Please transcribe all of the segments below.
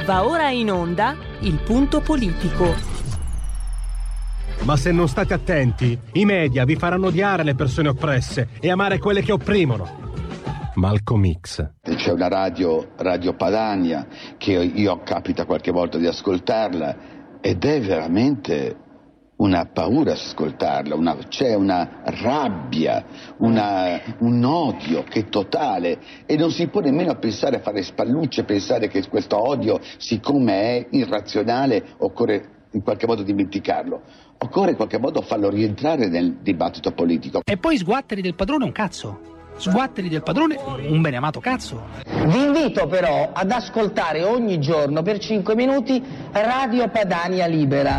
Va ora in onda il punto politico. Ma se non state attenti, i media vi faranno odiare le persone oppresse e amare quelle che opprimono. Malcolm X. C'è una Radio Padania, che io capita qualche volta di ascoltarla, ed è veramente una paura ascoltarla, c'è una rabbia, un odio che è totale, e non si può nemmeno pensare a fare spallucce, pensare che questo odio, siccome è irrazionale, occorre in qualche modo dimenticarlo. Occorre in qualche modo farlo rientrare nel dibattito politico. E poi sguatteri del padrone un cazzo. Sguatteri del padrone un beneamato cazzo. Vi invito però ad ascoltare ogni giorno per 5 minuti Radio Padania Libera.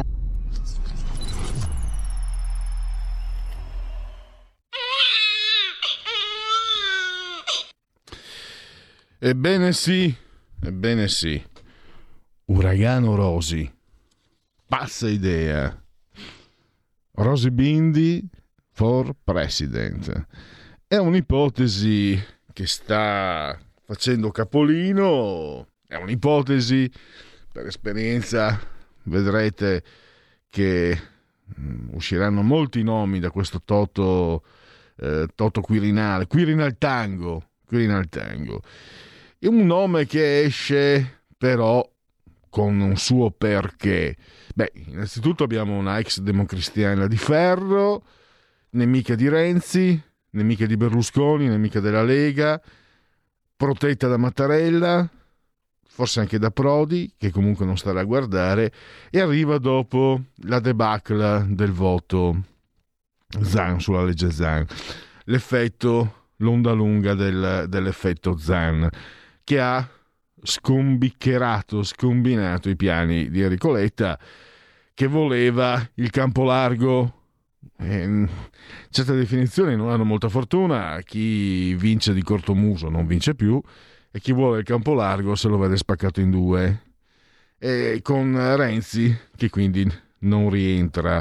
Ebbene sì. Uragano Rosi. Pazza idea. Rosy Bindi for president. È un'ipotesi che sta facendo capolino, è un'ipotesi, per esperienza vedrete che usciranno molti nomi da questo Toto Quirinal Tango. È un nome che esce però con un suo perché. Beh, innanzitutto abbiamo una ex democristiana di ferro, nemica di Renzi, nemica di Berlusconi, nemica della Lega, protetta da Mattarella, forse anche da Prodi, che comunque non starà a guardare, e arriva dopo la debacle del voto Zan, sulla legge Zan, l'onda lunga dell'effetto Zan, che ha scombinato i piani di Enrico Letta, che voleva il campo largo. Certe definizioni non hanno molta fortuna. Chi vince di cortomuso non vince più, e chi vuole il campo largo se lo vede spaccato in due, e con Renzi che quindi non rientra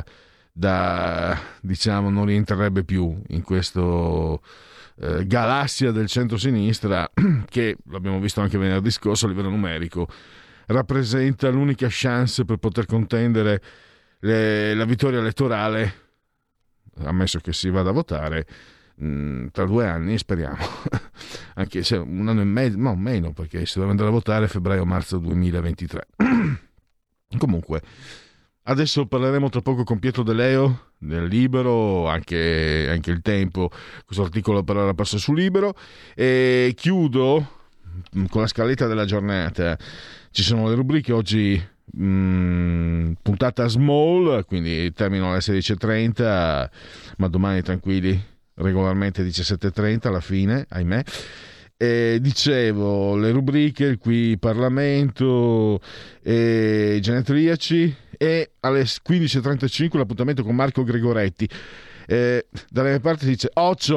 non rientrerebbe più in questo galassia del centro-sinistra, che l'abbiamo visto anche venerdì scorso a livello numerico rappresenta l'unica chance per poter contendere la vittoria elettorale, ammesso che si vada a votare tra 2 anni, speriamo, anche se 1 anno e mezzo, no, meno, perché si deve andare a votare febbraio-marzo 2023. Comunque, adesso parleremo tra poco con Pietro De Leo del Libero, anche il Tempo, questo articolo però era perso su Libero, e chiudo con la scaletta della giornata. Ci sono le rubriche oggi, puntata small, quindi termino alle 16.30, ma domani tranquilli, regolarmente 17.30 alla fine, ahimè. Dicevo, le rubriche, qui Parlamento e genetriaci, e alle 15.35 l'appuntamento con Marco Gregoretti. Dalle mie parti si dice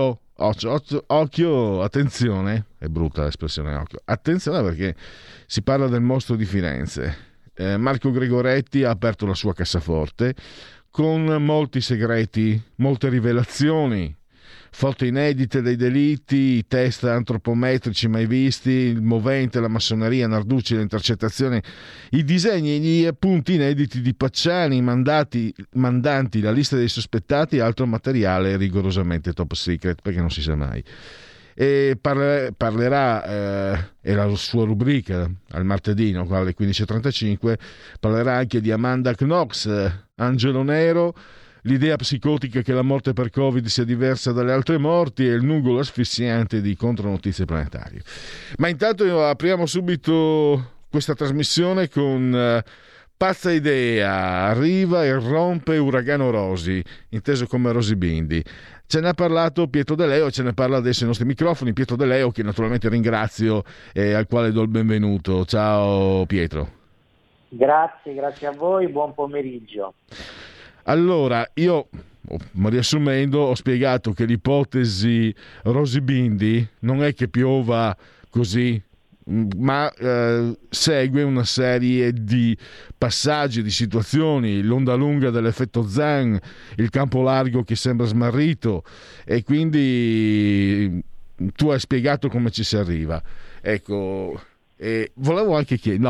occhio, attenzione, è brutta l'espressione occhio, attenzione, perché si parla del mostro di Firenze. Marco Gregoretti ha aperto la sua cassaforte con molti segreti, molte rivelazioni, foto inedite dei delitti, test antropometrici mai visti, il movente, la massoneria, Narducci, le intercettazioni, i disegni e gli appunti inediti di Pacciani, mandanti, la lista dei sospettati e altro materiale rigorosamente top secret, perché non si sa mai. E parlerà, è la sua rubrica al martedì, no? Alle 15.35, parlerà anche di Amanda Knox, Angelo Nero, l'idea psicotica che la morte per Covid sia diversa dalle altre morti e il nugolo asfissiante di Contronotizie Planetarie. Ma intanto apriamo subito questa trasmissione con pazza idea, arriva e rompe Uragano Rosi, inteso come Rosy Bindi. Ce ne ha parlato Pietro De Leo, ce ne parla adesso ai nostri microfoni. Pietro De Leo, che naturalmente ringrazio e al quale do il benvenuto. Ciao Pietro. Grazie a voi, buon pomeriggio. Allora, io, riassumendo, ho spiegato che l'ipotesi Rosy Bindi non è che piova così, ma segue una serie di passaggi, di situazioni, l'onda lunga dell'effetto Zan, il campo largo che sembra smarrito, e quindi tu hai spiegato come ci si arriva. Ecco, e volevo anche chiedere,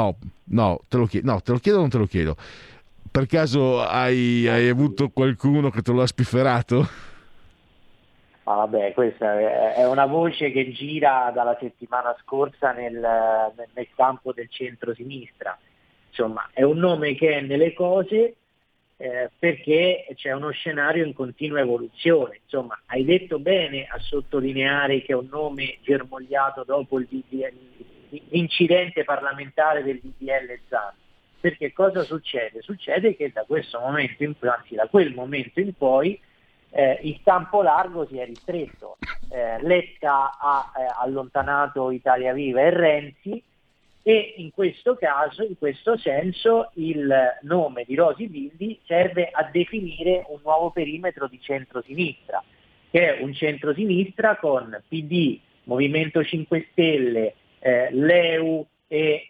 No, te lo chiedo o non te lo chiedo? Per caso hai avuto qualcuno che te lo ha spifferato? Ma vabbè, questa è una voce che gira dalla settimana scorsa nel campo del centro-sinistra. Insomma, è un nome che è nelle cose perché c'è uno scenario in continua evoluzione. Insomma, hai detto bene a sottolineare che è un nome germogliato dopo l'incidente parlamentare del DDL Zan. Perché cosa succede? Succede che da questo momento anzi da quel momento in poi il campo largo si è ristretto. Letta ha allontanato Italia Viva e Renzi, e in questo caso, in questo senso, il nome di Rosy Bindi serve a definire un nuovo perimetro di centrosinistra, che è un centrosinistra con PD, Movimento 5 Stelle, l'EU e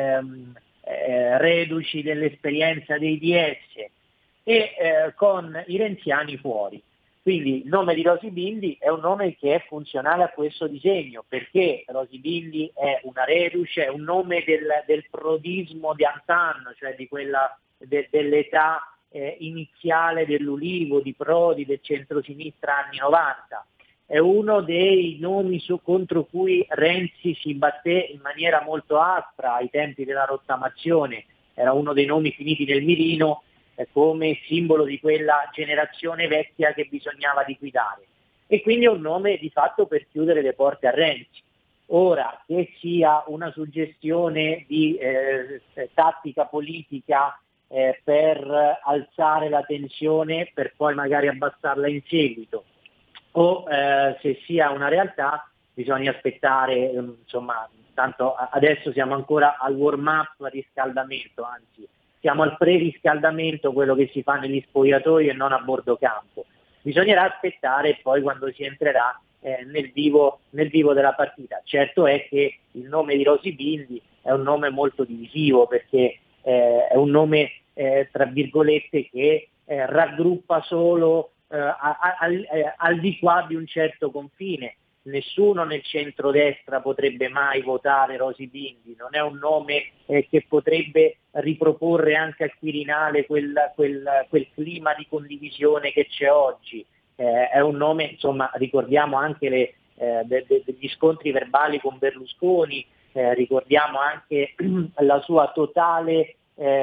reduci dell'esperienza dei DS e con i renziani fuori. Quindi il nome di Rosy Bindi è un nome che è funzionale a questo disegno, perché Rosy Bindi è una reduce, è un nome del prodismo di antanno, cioè di quella dell'età iniziale dell'Ulivo, di Prodi, del centrosinistra anni 90. È uno dei nomi contro cui Renzi si batté in maniera molto aspra ai tempi della rottamazione, era uno dei nomi finiti nel mirino come simbolo di quella generazione vecchia che bisognava liquidare, e quindi è un nome di fatto per chiudere le porte a Renzi. Ora, che sia una suggestione di tattica politica per alzare la tensione per poi magari abbassarla in seguito, o se sia una realtà, bisogna aspettare, insomma, tanto adesso siamo ancora al warm-up, riscaldamento, anzi siamo al pre-riscaldamento, quello che si fa negli spogliatoi e non a bordo campo. Bisognerà aspettare poi quando si entrerà nel vivo della partita. Certo è che il nome di Rosy Bindi è un nome molto divisivo, perché è un nome, tra virgolette, che raggruppa solo al di qua di un certo confine. Nessuno nel centrodestra potrebbe mai votare Rosy Bindi, non è un nome che potrebbe riproporre anche al Quirinale quel clima di condivisione che c'è oggi. È un nome, insomma, ricordiamo anche degli scontri verbali con Berlusconi, ricordiamo anche la sua totale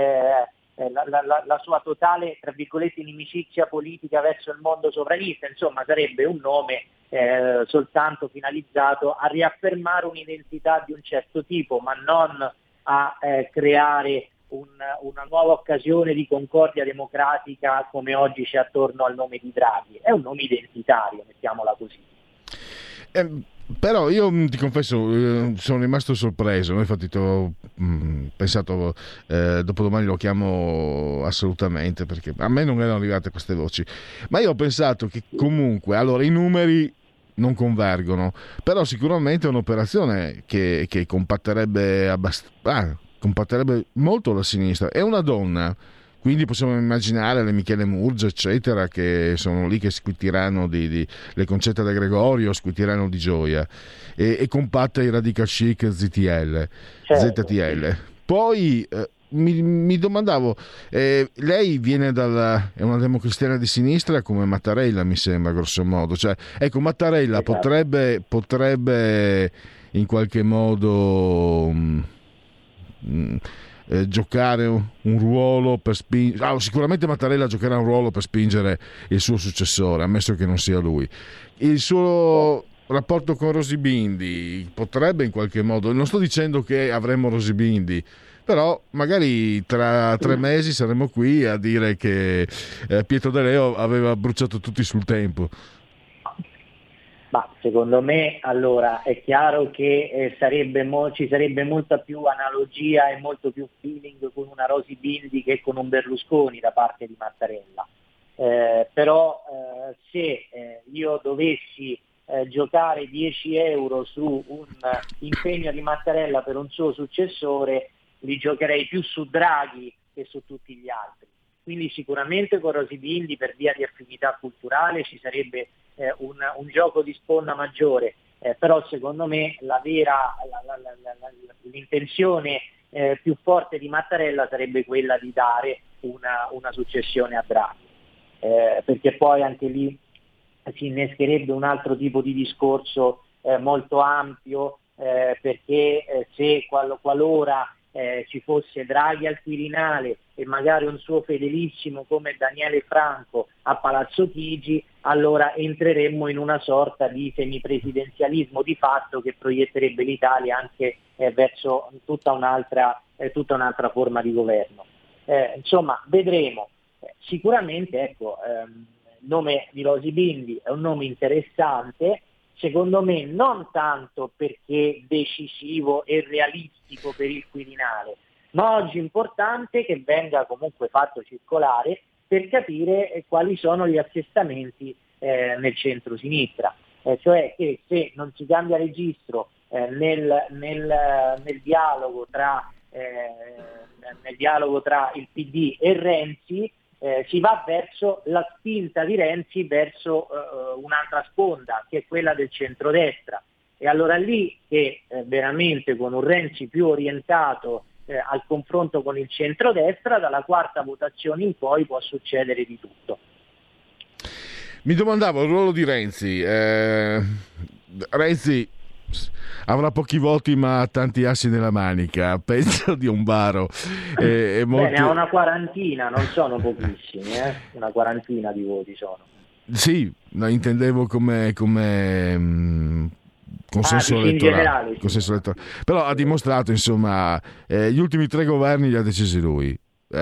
la sua totale, tra virgolette, inimicizia politica verso il mondo sovranista. Insomma, sarebbe un nome soltanto finalizzato a riaffermare un'identità di un certo tipo, ma non a creare una nuova occasione di concordia democratica come oggi c'è attorno al nome di Draghi. È un nome identitario, mettiamola così. Però io ti confesso, sono rimasto sorpreso. Infatti ho pensato dopodomani lo chiamo assolutamente, perché a me non erano arrivate queste voci, ma io ho pensato che comunque, allora, i numeri non convergono, però sicuramente è un'operazione che compatterebbe compatterebbe molto la sinistra. È una donna, quindi possiamo immaginare le Michele Murgia, eccetera, che sono lì che squittiranno le Concetta De Gregorio, squittiranno di gioia, e compatta i radical chic ZTL, certo. ZTL. Poi mi domandavo, lei viene è una democristiana di sinistra come Mattarella, mi sembra, grosso modo. Cioè, ecco, Mattarella potrebbe in qualche modo giocare un ruolo per spingere. Sicuramente Mattarella giocherà un ruolo per spingere il suo successore, ammesso che non sia lui. Il suo rapporto con Rosy Bindi potrebbe in qualche modo, non sto dicendo che avremo Rosy Bindi, però magari tra 3 mesi saremo qui a dire che Pietro De Leo aveva bruciato tutti sul tempo. Ma secondo me, allora, è chiaro che ci sarebbe molta più analogia e molto più feeling con una Rosy Bindi che con un Berlusconi da parte di Mattarella. Però se io dovessi giocare 10 euro su un impegno di Mattarella per un suo successore, li giocherei più su Draghi che su tutti gli altri. Quindi sicuramente con Rosy Bindi, per via di affinità culturale, ci sarebbe un gioco di sponda maggiore, però secondo me l'intenzione più forte di Mattarella sarebbe quella di dare una successione a Draghi, perché poi anche lì si innescherebbe un altro tipo di discorso molto ampio, perché se qualora ci fosse Draghi al Quirinale e magari un suo fedelissimo come Daniele Franco a Palazzo Chigi, allora entreremmo in una sorta di semipresidenzialismo di fatto che proietterebbe l'Italia anche verso tutta un'altra forma di governo. Insomma, vedremo. Sicuramente, ecco, il nome di Rosy Bindi è un nome interessante, secondo me non tanto perché decisivo e realistico per il Quirinale, ma oggi importante che venga comunque fatto circolare per capire quali sono gli assestamenti nel centro-sinistra, cioè che se non si cambia registro nel dialogo tra il PD e Renzi, si va verso la spinta di Renzi verso un'altra sponda, che è quella del centrodestra. E allora lì che veramente con un Renzi più orientato al confronto con il centrodestra, dalla quarta votazione in poi può succedere di tutto. Mi domandavo il ruolo di Renzi. Renzi avrà pochi voti ma tanti assi nella manica, penso di un baro. Bene, ha una quarantina, non sono pochissimi, una quarantina di voti sono. Sì, no, intendevo come consenso elettorale. Consenso elettorale. Però ha dimostrato, insomma, gli ultimi 3 governi li ha decisi lui,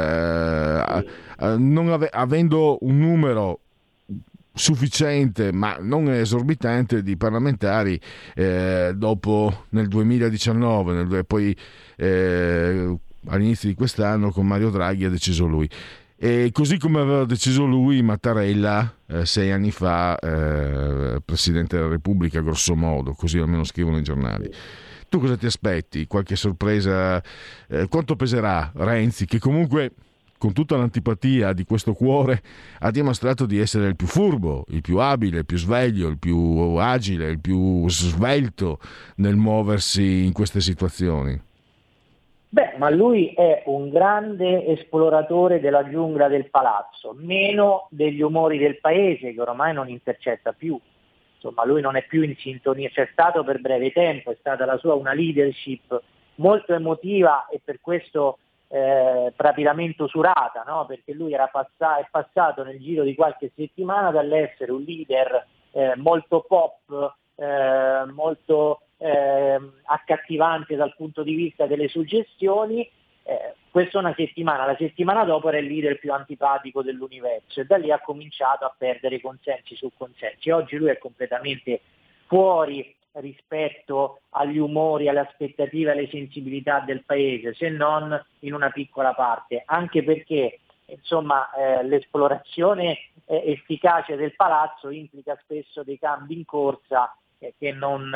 avendo un numero sufficiente ma non esorbitante di parlamentari dopo nel 2019, poi all'inizio di quest'anno con Mario Draghi ha deciso lui. E così come aveva deciso lui, Mattarella 6 anni fa, Presidente della Repubblica, grosso modo, così almeno scrivono i giornali. Tu cosa ti aspetti? Qualche sorpresa? Quanto peserà Renzi, che comunque con tutta l'antipatia di questo cuore ha dimostrato di essere il più furbo, il più abile, il più sveglio, il più agile, il più svelto nel muoversi in queste situazioni? Beh, ma lui è un grande esploratore della giungla del palazzo, meno degli umori del paese che ormai non intercetta più. Insomma, lui non è più in sintonia, c'è stato per breve tempo, è stata la sua una leadership molto emotiva e per questo rapidamente usurata, no? Perché lui è passato nel giro di qualche settimana dall'essere un leader molto pop, molto accattivante dal punto di vista delle suggestioni, questa una settimana, la settimana dopo era il leader più antipatico dell'universo e da lì ha cominciato a perdere consensi su consensi. Oggi lui è completamente fuori rispetto agli umori, alle aspettative, alle sensibilità del paese, se non in una piccola parte, anche perché insomma l'esplorazione efficace del palazzo implica spesso dei cambi in corsa che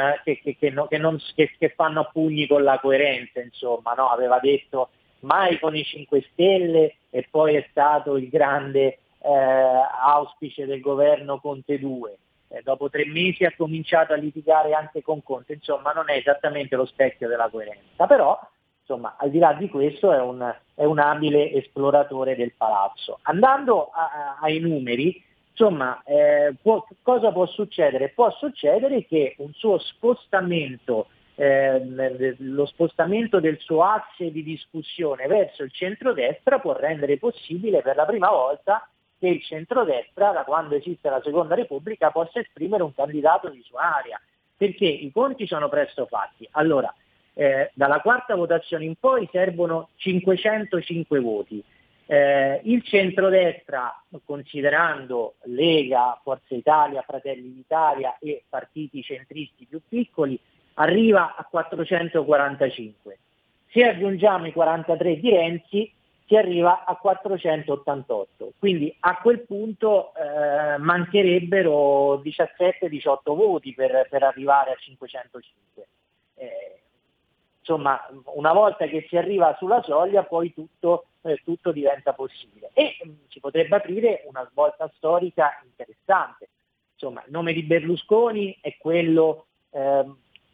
fanno a pugni con la coerenza, insomma, no? Aveva detto mai con i 5 Stelle e poi è stato il grande auspice del governo Conte 2. Dopo 3 mesi ha cominciato a litigare anche con Conte, insomma non è esattamente lo specchio della coerenza, però insomma al di là di questo è un abile esploratore del palazzo. Andando ai numeri, insomma cosa può succedere? Può succedere che un suo spostamento, lo spostamento del suo asse di discussione verso il centrodestra può rendere possibile per la prima volta che il centrodestra, da quando esiste la Seconda Repubblica, possa esprimere un candidato di sua area, perché i conti sono presto fatti. Allora, dalla quarta votazione in poi servono 505 voti. Il centrodestra, considerando Lega, Forza Italia, Fratelli d'Italia e partiti centristi più piccoli, arriva a 445. Se aggiungiamo i 43 di Renzi, si arriva a 488, quindi a quel punto mancherebbero 17-18 voti per arrivare a 505. Insomma, una volta che si arriva sulla soglia poi tutto diventa possibile e si potrebbe aprire una svolta storica interessante. Insomma, il nome di Berlusconi è quello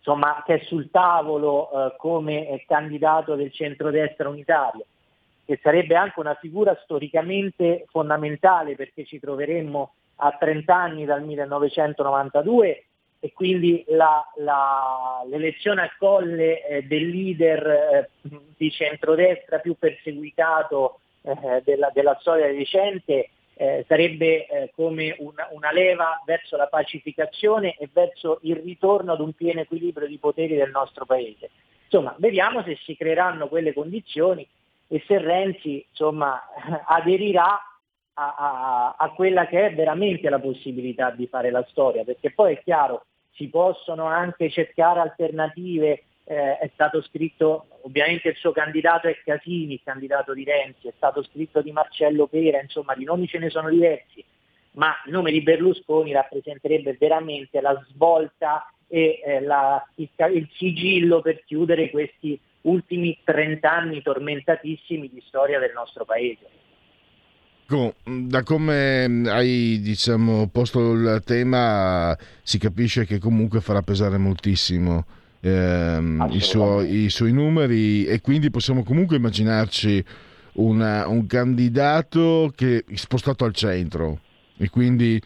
insomma, che è sul tavolo come candidato del centrodestra unitario, che sarebbe anche una figura storicamente fondamentale, perché ci troveremmo a 30 anni dal 1992 e quindi l'elezione al Colle del leader di centrodestra più perseguitato della storia recente sarebbe come una leva verso la pacificazione e verso il ritorno ad un pieno equilibrio di poteri del nostro Paese. Insomma, vediamo se si creeranno quelle condizioni e se Renzi, insomma, aderirà a quella che è veramente la possibilità di fare la storia, perché poi è chiaro, si possono anche cercare alternative, è stato scritto, ovviamente il suo candidato è Casini, il candidato di Renzi, è stato scritto di Marcello Pera, insomma di nomi ce ne sono diversi, ma il nome di Berlusconi rappresenterebbe veramente la svolta e il sigillo per chiudere questi ultimi 30 anni tormentatissimi di storia del nostro Paese. Da come hai posto il tema si capisce che comunque farà pesare moltissimo i suoi numeri, e quindi possiamo comunque immaginarci un candidato che è spostato al centro, e quindi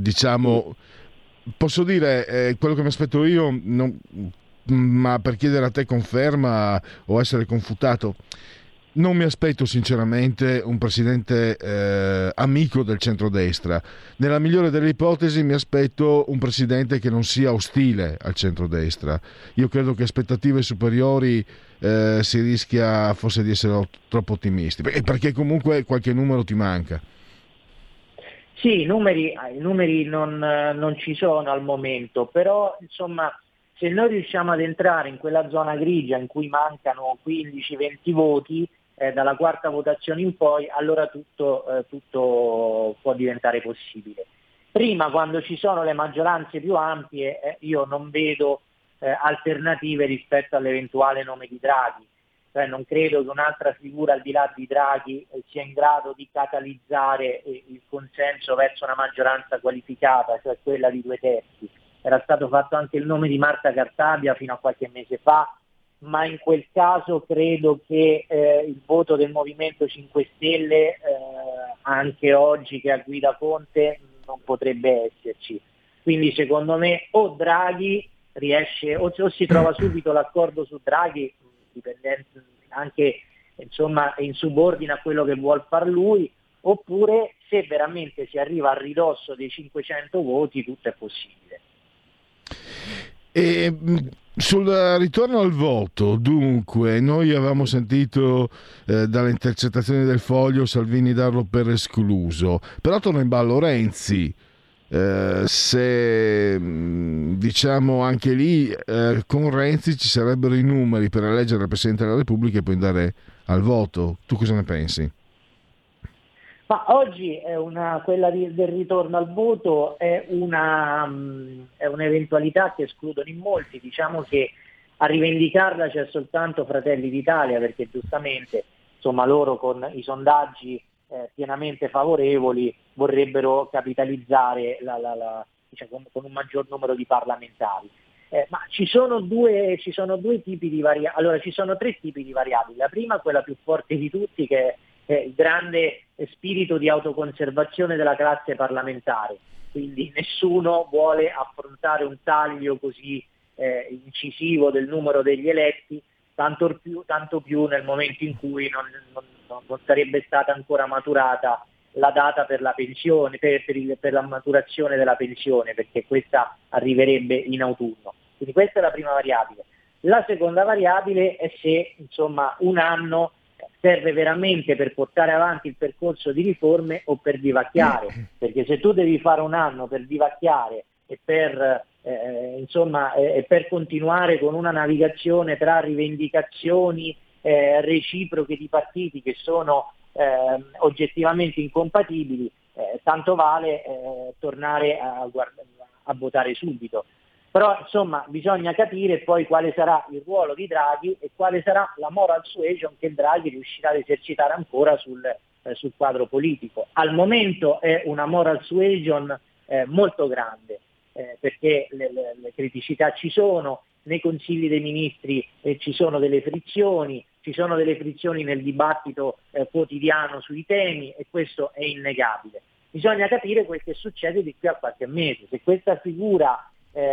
posso dire quello che mi aspetto io, ma per chiedere a te conferma o essere confutato. Non mi aspetto sinceramente un presidente amico del centrodestra. Nella migliore delle ipotesi mi aspetto un presidente che non sia ostile al centrodestra. Io credo che aspettative superiori si rischia forse di essere troppo ottimisti, perché comunque qualche numero ti manca. Sì, i numeri non ci sono al momento, però insomma, se noi riusciamo ad entrare in quella zona grigia in cui mancano 15-20 voti, dalla quarta votazione in poi, allora tutto può diventare possibile. Prima, quando ci sono le maggioranze più ampie, io non vedo alternative rispetto all'eventuale nome di Draghi. Cioè, non credo che un'altra figura al di là di Draghi sia in grado di catalizzare il consenso verso una maggioranza qualificata, cioè quella di 2/3. Era stato fatto anche il nome di Marta Cartabia fino a qualche mese fa, ma in quel caso credo che il voto del Movimento 5 Stelle, anche oggi che guida Conte, non potrebbe esserci. Quindi secondo me o Draghi riesce, o si trova subito l'accordo su Draghi, dipendente anche insomma in subordine a quello che vuol far lui, oppure se veramente si arriva al ridosso dei 500 voti tutto è possibile. E sul ritorno al voto, dunque, noi avevamo sentito dalle intercettazioni del Foglio Salvini darlo per escluso, però torna in ballo Renzi. Se diciamo anche lì con Renzi ci sarebbero i numeri per eleggere il Presidente della Repubblica e poi andare al voto. Tu cosa ne pensi? Ma oggi è quella del ritorno al voto è un'eventualità che escludono in molti. Diciamo che a rivendicarla c'è soltanto Fratelli d'Italia, perché giustamente insomma loro con i sondaggi pienamente favorevoli vorrebbero capitalizzare con un maggior numero di parlamentari. Ma ci sono due tipi di variabili. Allora, ci sono 3 tipi di variabili. La prima, quella più forte di tutti, che è il grande spirito di autoconservazione della classe parlamentare. Quindi nessuno vuole affrontare un taglio così incisivo del numero degli eletti, tanto più nel momento in cui non sarebbe stata ancora maturata la data per la pensione, per la maturazione della pensione, perché questa arriverebbe in autunno. Quindi questa è la prima variabile. La seconda variabile è se insomma un anno serve veramente per portare avanti il percorso di riforme o per vivacchiare, perché se tu devi fare un anno per vivacchiare e per continuare con una navigazione tra rivendicazioni reciproche di partiti che sono oggettivamente incompatibili, tanto vale tornare a votare subito. Però insomma bisogna capire poi quale sarà il ruolo di Draghi e quale sarà la moral suasion che Draghi riuscirà ad esercitare ancora sul quadro politico. Al momento è una moral suasion molto grande, perché le criticità ci sono, nei consigli dei ministri ci sono delle frizioni nel dibattito quotidiano sui temi, e questo è innegabile. Bisogna capire quel che succede di qui a qualche mese. Se questa figura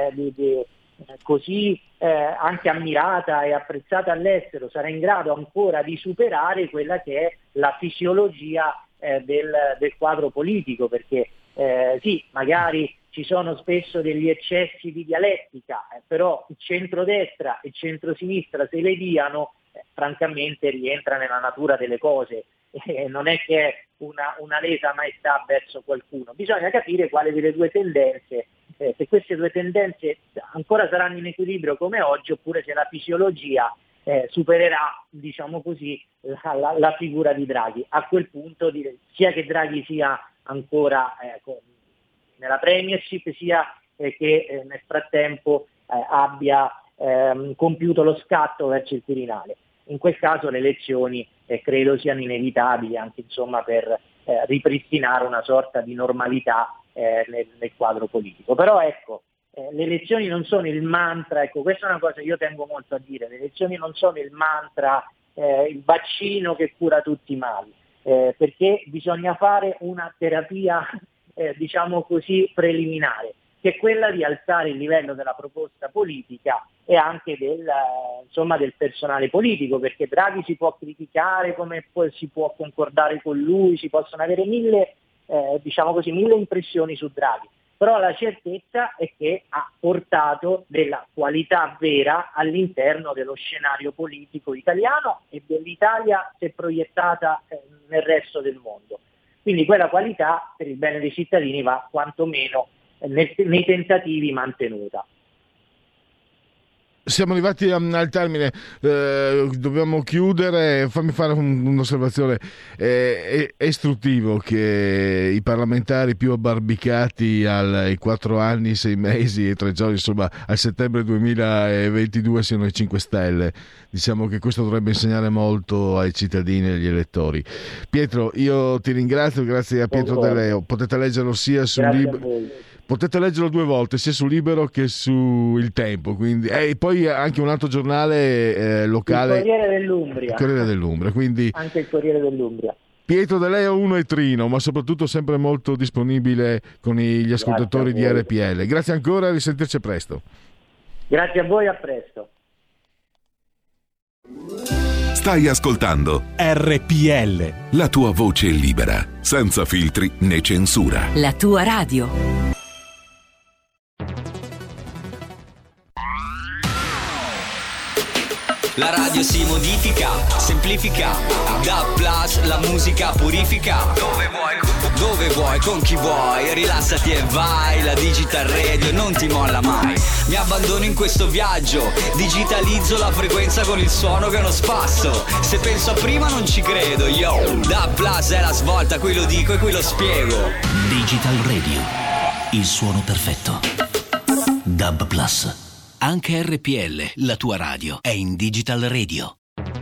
così anche ammirata e apprezzata all'estero sarà in grado ancora di superare quella che è la fisiologia del quadro politico, perché sì, magari ci sono spesso degli eccessi di dialettica, però il centrodestra e il centrosinistra, se le diano, francamente rientra nella natura delle cose, non è che è una lesa maestà verso qualcuno. Bisogna capire quale delle due tendenze, se queste due tendenze ancora saranno in equilibrio come oggi, oppure se la fisiologia supererà, diciamo così, la figura di Draghi. A quel punto sia che Draghi sia ancora nella Premiership, sia che nel frattempo abbia compiuto lo scatto verso il Quirinale. In quel caso le elezioni credo siano inevitabili, anche insomma per ripristinare una sorta di normalità nel quadro politico. Però ecco, le elezioni non sono il mantra, ecco, questa è una cosa che io tengo molto a dire, le elezioni non sono il mantra, il vaccino che cura tutti i mali, perché bisogna fare una terapia diciamo così preliminare, che è quella di alzare il livello della proposta politica e anche del personale politico, perché Draghi si può criticare, come poi si può concordare con lui, si possono avere mille impressioni su Draghi, però la certezza è che ha portato della qualità vera all'interno dello scenario politico italiano, e dell'Italia si è proiettata nel resto del mondo. Quindi quella qualità per il bene dei cittadini va quantomeno nei tentativi mantenuta. Siamo arrivati al termine, dobbiamo chiudere. Fammi fare un'osservazione. È istruttivo che i parlamentari più abbarbicati ai 4 anni, 6 mesi e 3 giorni, insomma al settembre 2022, siano i 5 Stelle. Diciamo che questo dovrebbe insegnare molto ai cittadini e agli elettori. Pietro, io ti ringrazio, grazie a Pietro De Leo. Potete leggerlo sia sul libro. Potete leggerlo 2 volte, sia su Libero che su Il Tempo, quindi, e poi anche un altro giornale locale, il Corriere dell'Umbria, quindi anche il Corriere dell'Umbria. Pietro De Leo, uno e Trino, ma soprattutto sempre molto disponibile con gli ascoltatori di RPL. Grazie ancora, a risentirci presto. Grazie a voi, a presto. Stai ascoltando RPL, la tua voce libera, senza filtri né censura. La tua radio. La radio si modifica, semplifica, da plus la musica purifica. Dove vuoi, con chi vuoi, rilassati e vai. La Digital Radio non ti molla mai. Mi abbandono in questo viaggio, digitalizzo la frequenza con il suono che non spasso. Se penso a prima non ci credo, yo. Da plus è la svolta, qui lo dico e qui lo spiego. Digital Radio, il suono perfetto. DAB Plus. Anche RPL, la tua radio, è in Digital Radio.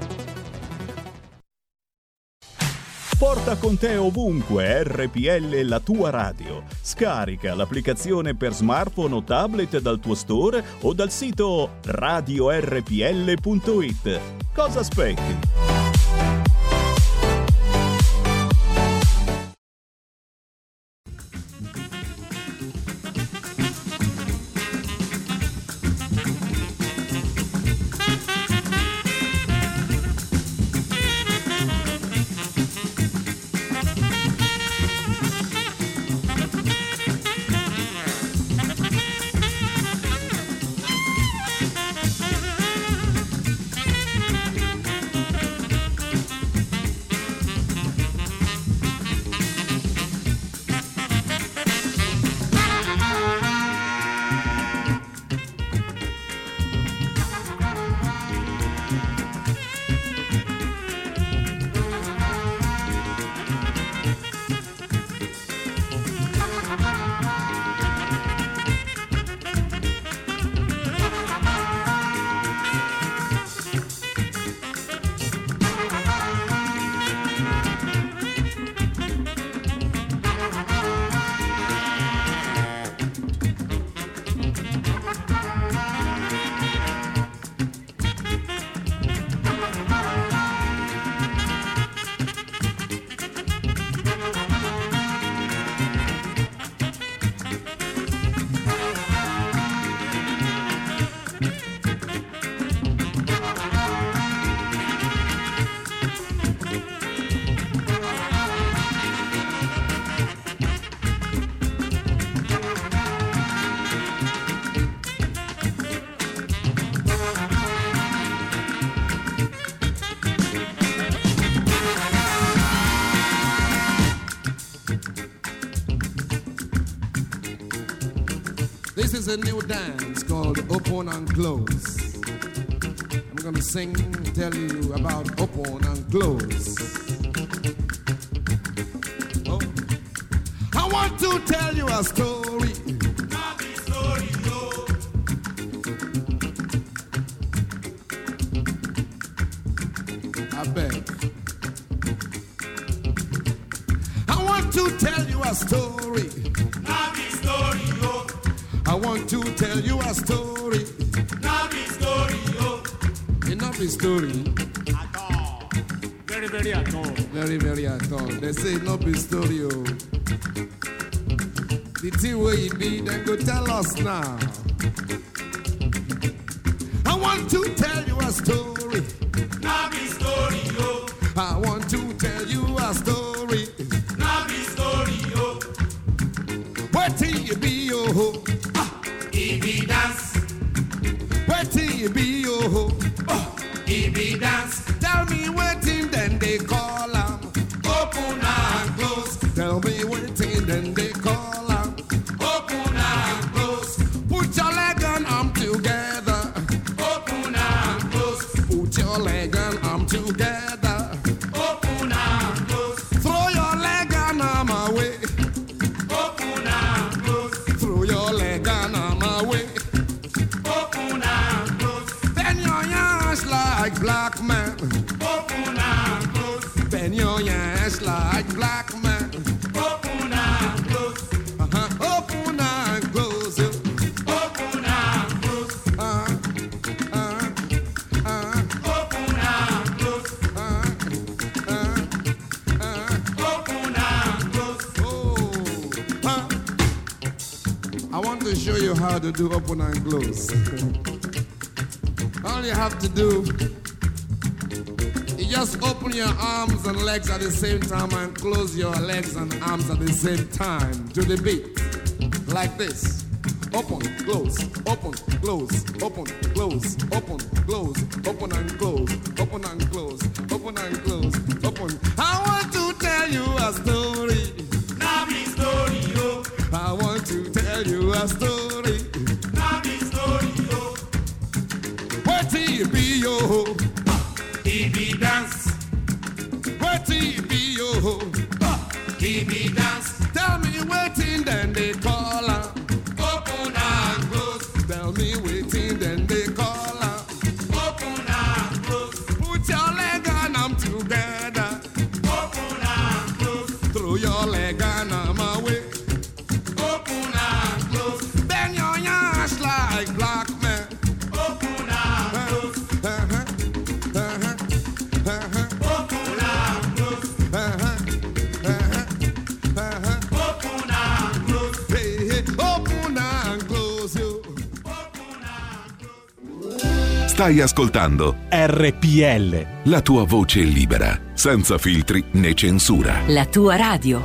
Porta con te ovunque RPL, la tua radio. Scarica l'applicazione per smartphone o tablet dal tuo store o dal sito radiorpl.it. Cosa aspetti? is a new dance called open and close. I'm gonna sing, tell you about open and close. Oh. I want to tell you a story. I beg. I want to tell you a story. I want to tell you a story. Not be story. At all. Very, very at all. Very, very at all. They say not be story. Oh. The thing where you be, then go tell us now. I want to tell you a story. Not be story, oh. I want to tell you a story. Not be story, oh. Where till you be, oh. Ibi dance. Where till you be, oh. Ibi dance. Tell me waiting, then they call them. Open and close. Tell me waiting, then they call them. Open and close. Put your leg and arm together. Open and close. Put your leg and arm together. Open and close. Throw your leg and arm away. Open and close. Throw your leg and arm away. Open and close. Bend your hands like black man. Open and close. Bend your hands like black man. Open and close. Open and close. Open and close. Open and close. Open and close. Oh. I want to show you how to do open and close. All you have to do, you just open your arms and legs at the same time and close your legs and arms at the same time to the beat. Like this. Open, close, open, close, open, close, open, close, open and close, open and close, open and close, open. I want to tell you a story. Now be story, yo. I want to tell you a story. Now be story, yo. Where till you be, yo? Ibi dance. Where till you be, yo? Ibi dance. Tell me waiting, then they call her. Open and close. Tell me waiting, then they call her. Open and close. Put your leg and arm together. Open and close. Throw your leg and arm away. Open and close. Bend your hands like black man. Open and close. Open and close. Open and close. Hey, hey, open and close you. Stai ascoltando RPL, la tua voce libera, senza filtri né censura. La tua radio.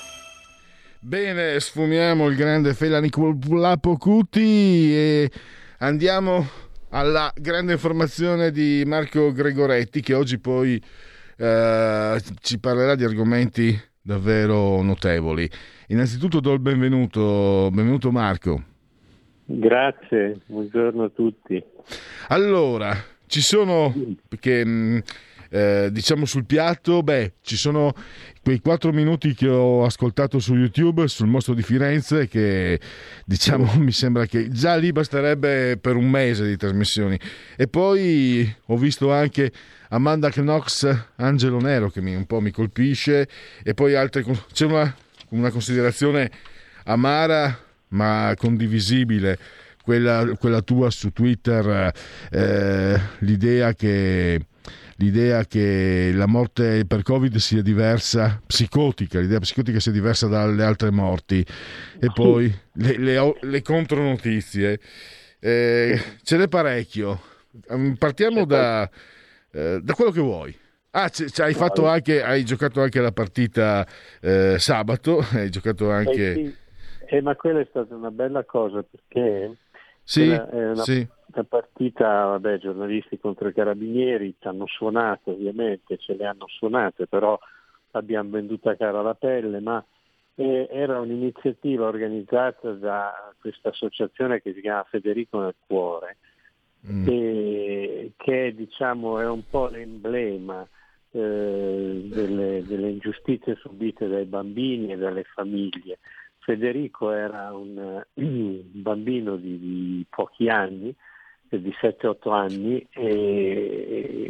Bene, sfumiamo il grande Fela Nicolappo Cuti e andiamo alla grande informazione di Marco Gregoretti, che oggi poi ci parlerà di argomenti davvero notevoli. Innanzitutto do il benvenuto Marco. Grazie, buongiorno a tutti. Allora, ci sono, perché diciamo sul piatto, ci sono quei 4 minuti che ho ascoltato su YouTube sul mostro di Firenze, che diciamo mi sembra che già lì basterebbe per un mese di trasmissioni. E poi ho visto anche Amanda Knox, Angelo Nero, che un po' mi colpisce, e poi altre, c'è una considerazione amara ma condivisibile, quella tua su Twitter, l'idea che la morte per Covid sia diversa, l'idea psicotica sia diversa dalle altre morti, e poi le contronotizie, ce n'è parecchio. Partiamo da quello che vuoi. Hai giocato anche la partita sabato, hai giocato anche... Sì. Ma quella è stata una bella cosa, perché è una partita, giornalisti contro i carabinieri ci hanno suonato, ovviamente ce le hanno suonate, però l'abbiamo venduta cara la pelle, ma era un'iniziativa organizzata da questa associazione che si chiama Federico nel Cuore, che diciamo è un po' l'emblema delle ingiustizie subite dai bambini e dalle famiglie. Federico era un bambino di pochi anni, di 7-8 anni, e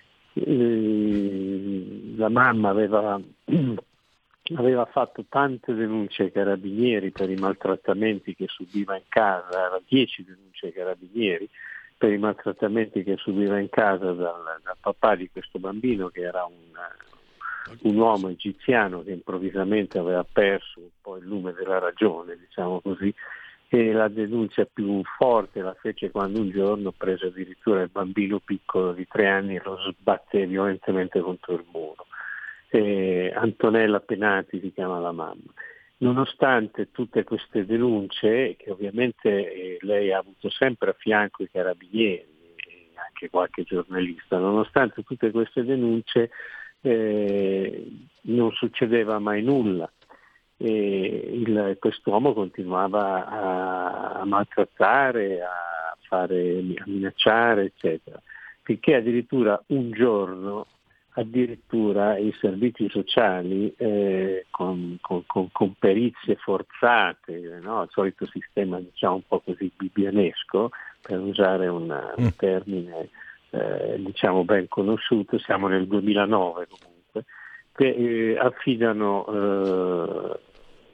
la mamma aveva fatto tante denunce ai carabinieri per i maltrattamenti che subiva in casa, era 10 denunce ai carabinieri per i maltrattamenti che subiva in casa dal papà di questo bambino, che era un uomo egiziano che improvvisamente aveva perso un po' il lume della ragione, diciamo così, e la denuncia più forte la fece quando un giorno prese addirittura il bambino piccolo di 3 anni e lo sbatté violentemente contro il muro. Antonella Penati si chiama la mamma. Nonostante tutte queste denunce, che ovviamente lei ha avuto sempre a fianco i carabinieri e anche qualche giornalista, nonostante tutte queste denunce non succedeva mai nulla. Quest'uomo continuava a maltrattare, a minacciare, eccetera, finché addirittura un giorno i servizi sociali con perizie forzate, no? Il solito sistema, diciamo, un po' così bibianesco, per usare un termine diciamo ben conosciuto, siamo nel 2009 comunque, che affidano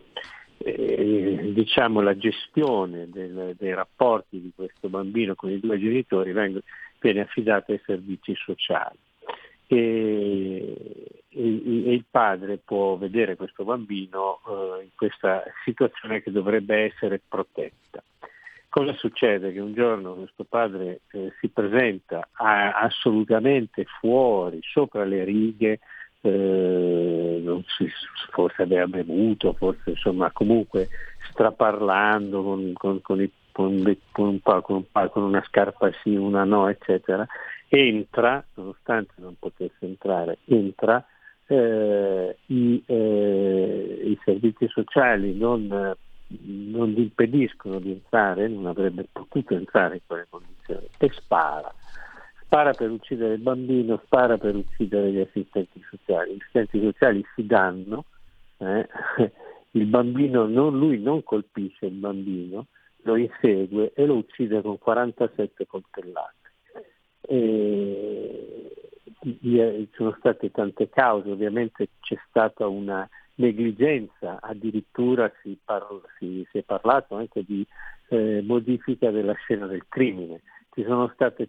diciamo la gestione dei rapporti di questo bambino con i 2 genitori viene affidata ai servizi sociali. E il padre può vedere questo bambino in questa situazione che dovrebbe essere protetta. Cosa succede? Che un giorno questo padre si presenta assolutamente fuori, sopra le righe, forse aveva bevuto, forse insomma comunque straparlando con una scarpa sì, una no, eccetera. Entra, nonostante non potesse entrare, i servizi sociali non gli impediscono di entrare, non avrebbe potuto entrare in quelle condizioni, e spara per uccidere il bambino, spara per uccidere gli assistenti sociali. Gli assistenti sociali si danno, il bambino lui non colpisce il bambino, lo insegue e lo uccide con 47 coltellate. Ci sono state tante cause, ovviamente c'è stata una negligenza, addirittura si è parlato anche di modifica della scena del crimine. Ci sono stati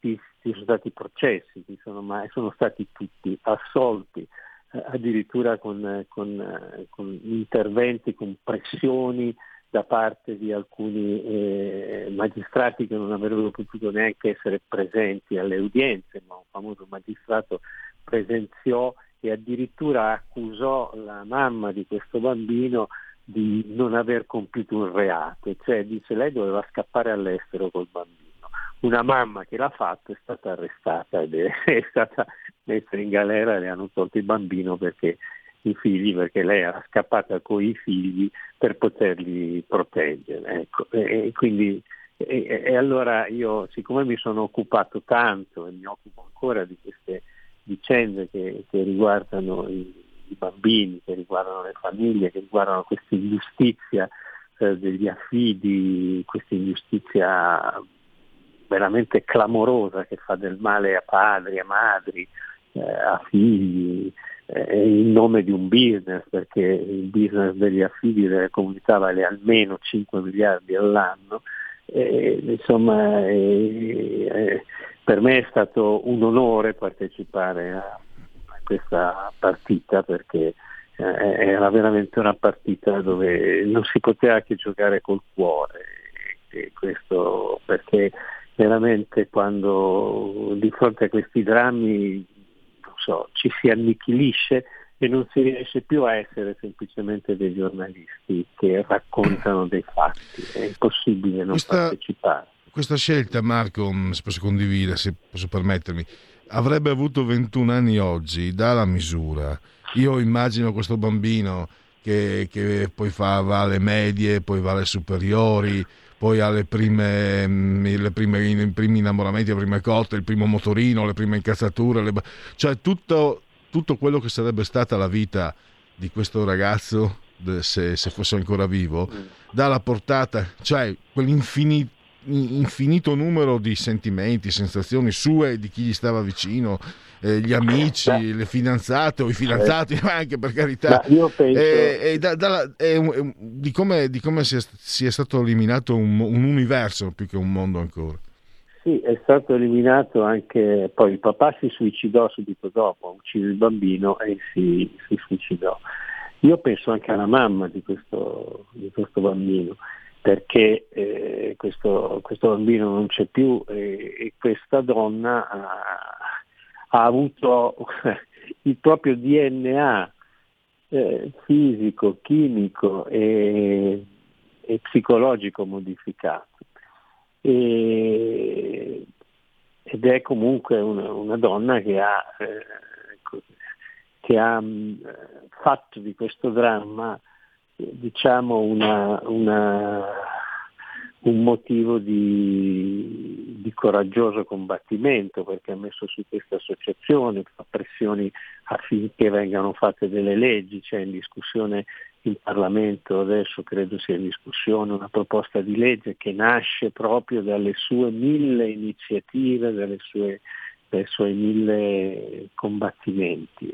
processi, sono stati tutti assolti, addirittura con interventi, con pressioni da parte di alcuni magistrati che non avrebbero potuto neanche essere presenti alle udienze, ma un famoso magistrato presenziò e addirittura accusò la mamma di questo bambino di non aver compiuto un reato, cioè dice lei doveva scappare all'estero col bambino. Una mamma che l'ha fatto è stata arrestata ed è stata messa in galera e le hanno tolto il bambino perché lei era scappata con i figli per poterli proteggere, ecco. E allora io, siccome mi sono occupato tanto e mi occupo ancora di queste vicende che riguardano i bambini, che riguardano le famiglie, che riguardano questa ingiustizia degli affidi, questa ingiustizia veramente clamorosa che fa del male a padri, a madri, a figli, in nome di un business, perché il business degli affidi delle comunità vale almeno 5 miliardi all'anno. Insomma, per me è stato un onore partecipare a questa partita, perché era veramente una partita dove non si poteva che giocare col cuore, e questo perché veramente quando di fronte a questi drammi ci si annichilisce e non si riesce più a essere semplicemente dei giornalisti che raccontano dei fatti, è impossibile non partecipare. Questa scelta, Marco, se posso condividere, se posso permettermi, avrebbe avuto 21 anni oggi, dà la misura. Io immagino questo bambino che poi va alle medie, poi va alle superiori, poi ha i primi innamoramenti, le prime cotte, il primo motorino, le prime incazzature, cioè tutto quello che sarebbe stata la vita di questo ragazzo se fosse ancora vivo, dalla portata, cioè quell'infinito numero di sentimenti, sensazioni sue, di chi gli stava vicino, gli amici, le fidanzate o i fidanzati, anche per carità, io penso... di come sia stato eliminato un universo più che un mondo ancora. Sì, è stato eliminato anche, poi il papà si suicidò subito dopo, uccise il bambino e si suicidò. Io penso anche alla mamma di questo bambino, perché questo bambino non c'è più e questa donna ha avuto il proprio DNA fisico, chimico e psicologico modificato. Ed è comunque una donna che ha fatto di questo dramma, diciamo, un motivo di coraggioso combattimento, perché ha messo su questa associazione, fa pressioni affinché vengano fatte delle leggi. C'è in discussione in Parlamento, adesso credo sia in discussione una proposta di legge che nasce proprio dalle sue 1000 iniziative, dai suoi 1000 combattimenti.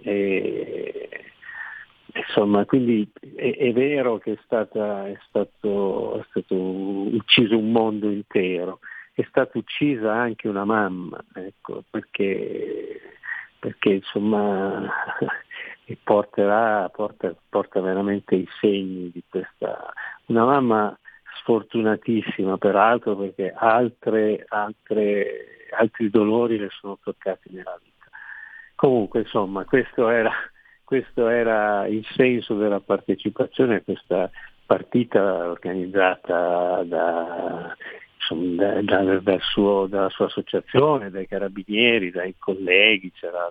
Insomma, quindi è vero che è stato ucciso un mondo intero, è stata uccisa anche una mamma, ecco, perché insomma porta veramente i segni di questa, una mamma sfortunatissima peraltro, perché altri dolori le sono toccati nella vita. Comunque, insomma, questo era il senso della partecipazione a questa partita organizzata dalla sua associazione, dai carabinieri, dai colleghi. C'era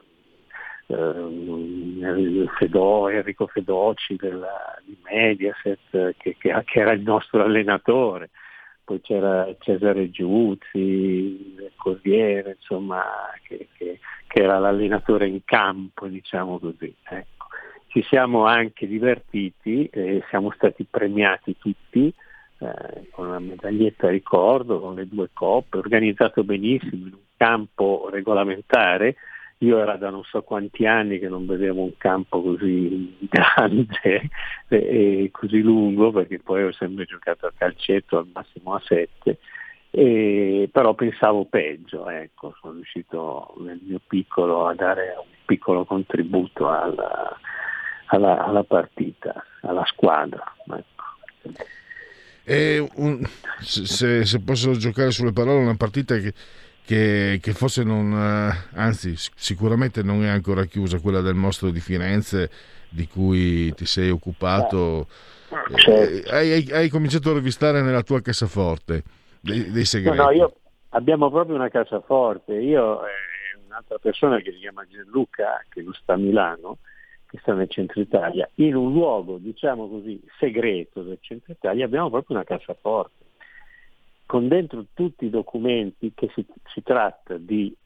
Enrico Fedocci di Mediaset che era il nostro allenatore, poi c'era Cesare Giuzzi del Corriere, insomma, che era l'allenatore in campo, diciamo così. Ecco. Ci siamo anche divertiti, siamo stati premiati tutti con la medaglietta ricordo, con le 2 coppe, organizzato benissimo in un campo regolamentare. Io era da non so quanti anni che non vedevo un campo così grande e così lungo, perché poi ho sempre giocato a calcetto al massimo a 7, però pensavo peggio, ecco, sono riuscito nel mio piccolo a dare un piccolo contributo alla partita, alla squadra. Ecco. Se posso giocare sulle parole, una partita che forse non, anzi sicuramente non è ancora chiusa, quella del mostro di Firenze di cui ti sei occupato. Hai cominciato a rivistare nella tua cassaforte dei segreti. No, abbiamo proprio una cassaforte, io e un'altra persona che si chiama Gianluca, che non sta a Milano, che sta nel centro Italia, in un luogo, diciamo così, segreto del centro Italia, abbiamo proprio una cassaforte con dentro tutti i documenti, che si tratta di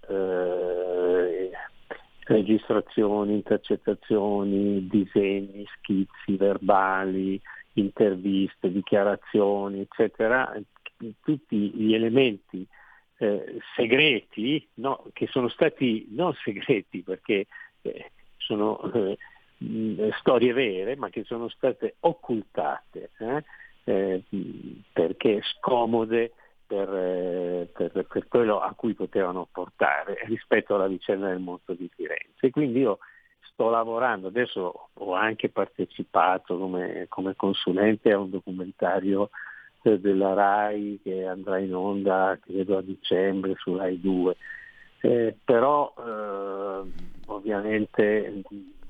registrazioni, intercettazioni, disegni, schizzi, verbali, interviste, dichiarazioni, eccetera, tutti gli elementi segreti, no, che sono stati non segreti perché sono storie vere, ma che sono state occultate perché scomode per quello a cui potevano portare rispetto alla vicenda del mostro di Firenze. E quindi io sto lavorando, adesso ho anche partecipato come consulente a un documentario della RAI che andrà in onda credo a dicembre su RAI 2, però ovviamente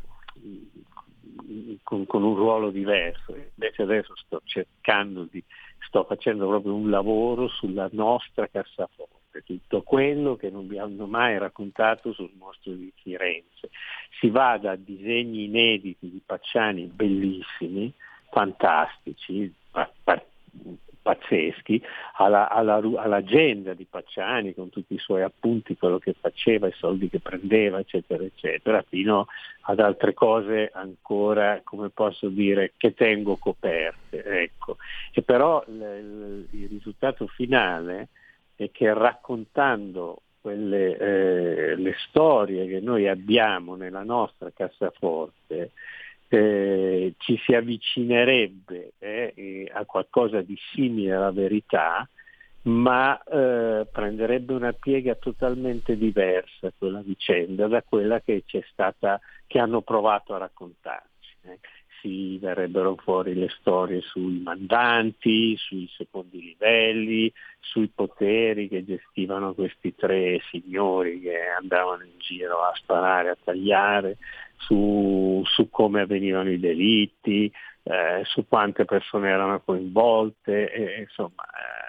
con un ruolo diverso. Invece adesso sto facendo proprio un lavoro sulla nostra cassaforte, tutto quello che non vi hanno mai raccontato sul mostro di Firenze, si vada a disegni inediti di Pacciani bellissimi, fantastici, pazzeschi, all'agenda di Pacciani con tutti i suoi appunti, quello che faceva, i soldi che prendeva, eccetera, eccetera, fino ad altre cose ancora, come posso dire, che tengo coperte. Ecco. E però il risultato finale è che raccontando le storie che noi abbiamo nella nostra cassaforte, ci si avvicinerebbe a qualcosa di simile alla verità, ma prenderebbe una piega totalmente diversa quella vicenda da quella che c'è stata, che hanno provato a raccontarci. Si verrebbero fuori le storie sui mandanti, sui secondi livelli, sui poteri che gestivano questi tre signori che andavano in giro a sparare, a tagliare, su come avvenivano i delitti, su quante persone erano coinvolte, insomma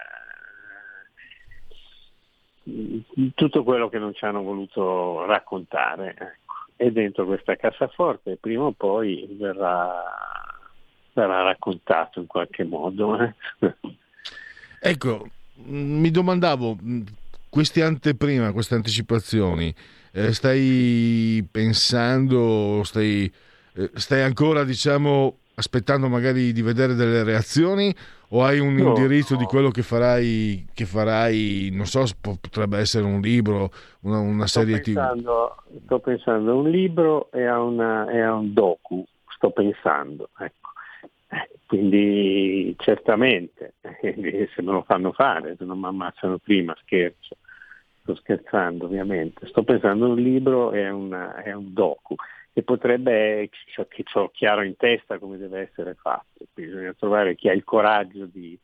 tutto quello che non ci hanno voluto raccontare. Ecco. E dentro questa cassaforte prima o poi verrà raccontato in qualche modo. Ecco, mi domandavo, queste anticipazioni, stai pensando, stai ancora, diciamo, aspettando magari di vedere delle reazioni, o hai un indirizzo di quello che farai, non so, potrebbe essere un libro, una serie TV? Sto pensando a un libro e a un docu, sto pensando, ecco. Quindi certamente, se me lo fanno fare, se non mi ammazzano prima, scherzo. Sto scherzando, ovviamente. Sto pensando a un libro e a un docu, che potrebbe, che ho chiaro in testa come deve essere fatto. Bisogna trovare chi ha il coraggio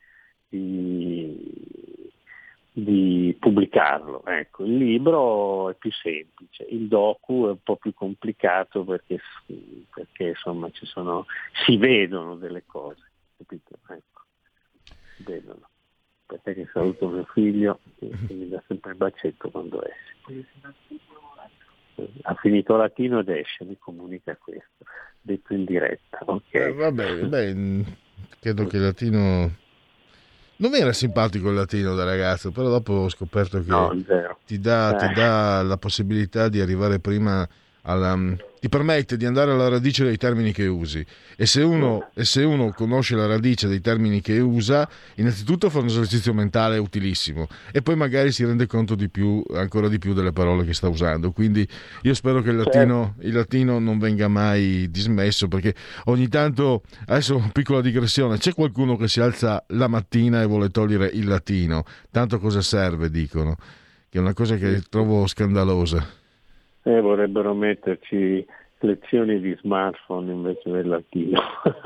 di pubblicarlo. Ecco, il libro è più semplice, il docu è un po' più complicato perché insomma si vedono delle cose, capito? Ecco, si vedono. Aspetta che saluto mio figlio che mi dà sempre il bacetto quando esce. Ha finito latino ed esce, mi comunica questo, detto in diretta. Okay. Va bene, credo che il latino non mi era simpatico, il latino da ragazzo, però dopo ho scoperto che ti dà la possibilità di arrivare prima ti permette di andare alla radice dei termini che usi, e se uno conosce la radice dei termini che usa, innanzitutto fa un esercizio mentale utilissimo e poi magari si rende conto ancora di più delle parole che sta usando. Quindi io spero che il latino non venga mai dismesso, perché ogni tanto, adesso piccola digressione, c'è qualcuno che si alza la mattina e vuole togliere il latino, tanto cosa serve, dicono, che è una cosa che trovo scandalosa. Vorrebbero metterci lezioni di smartphone invece del latino.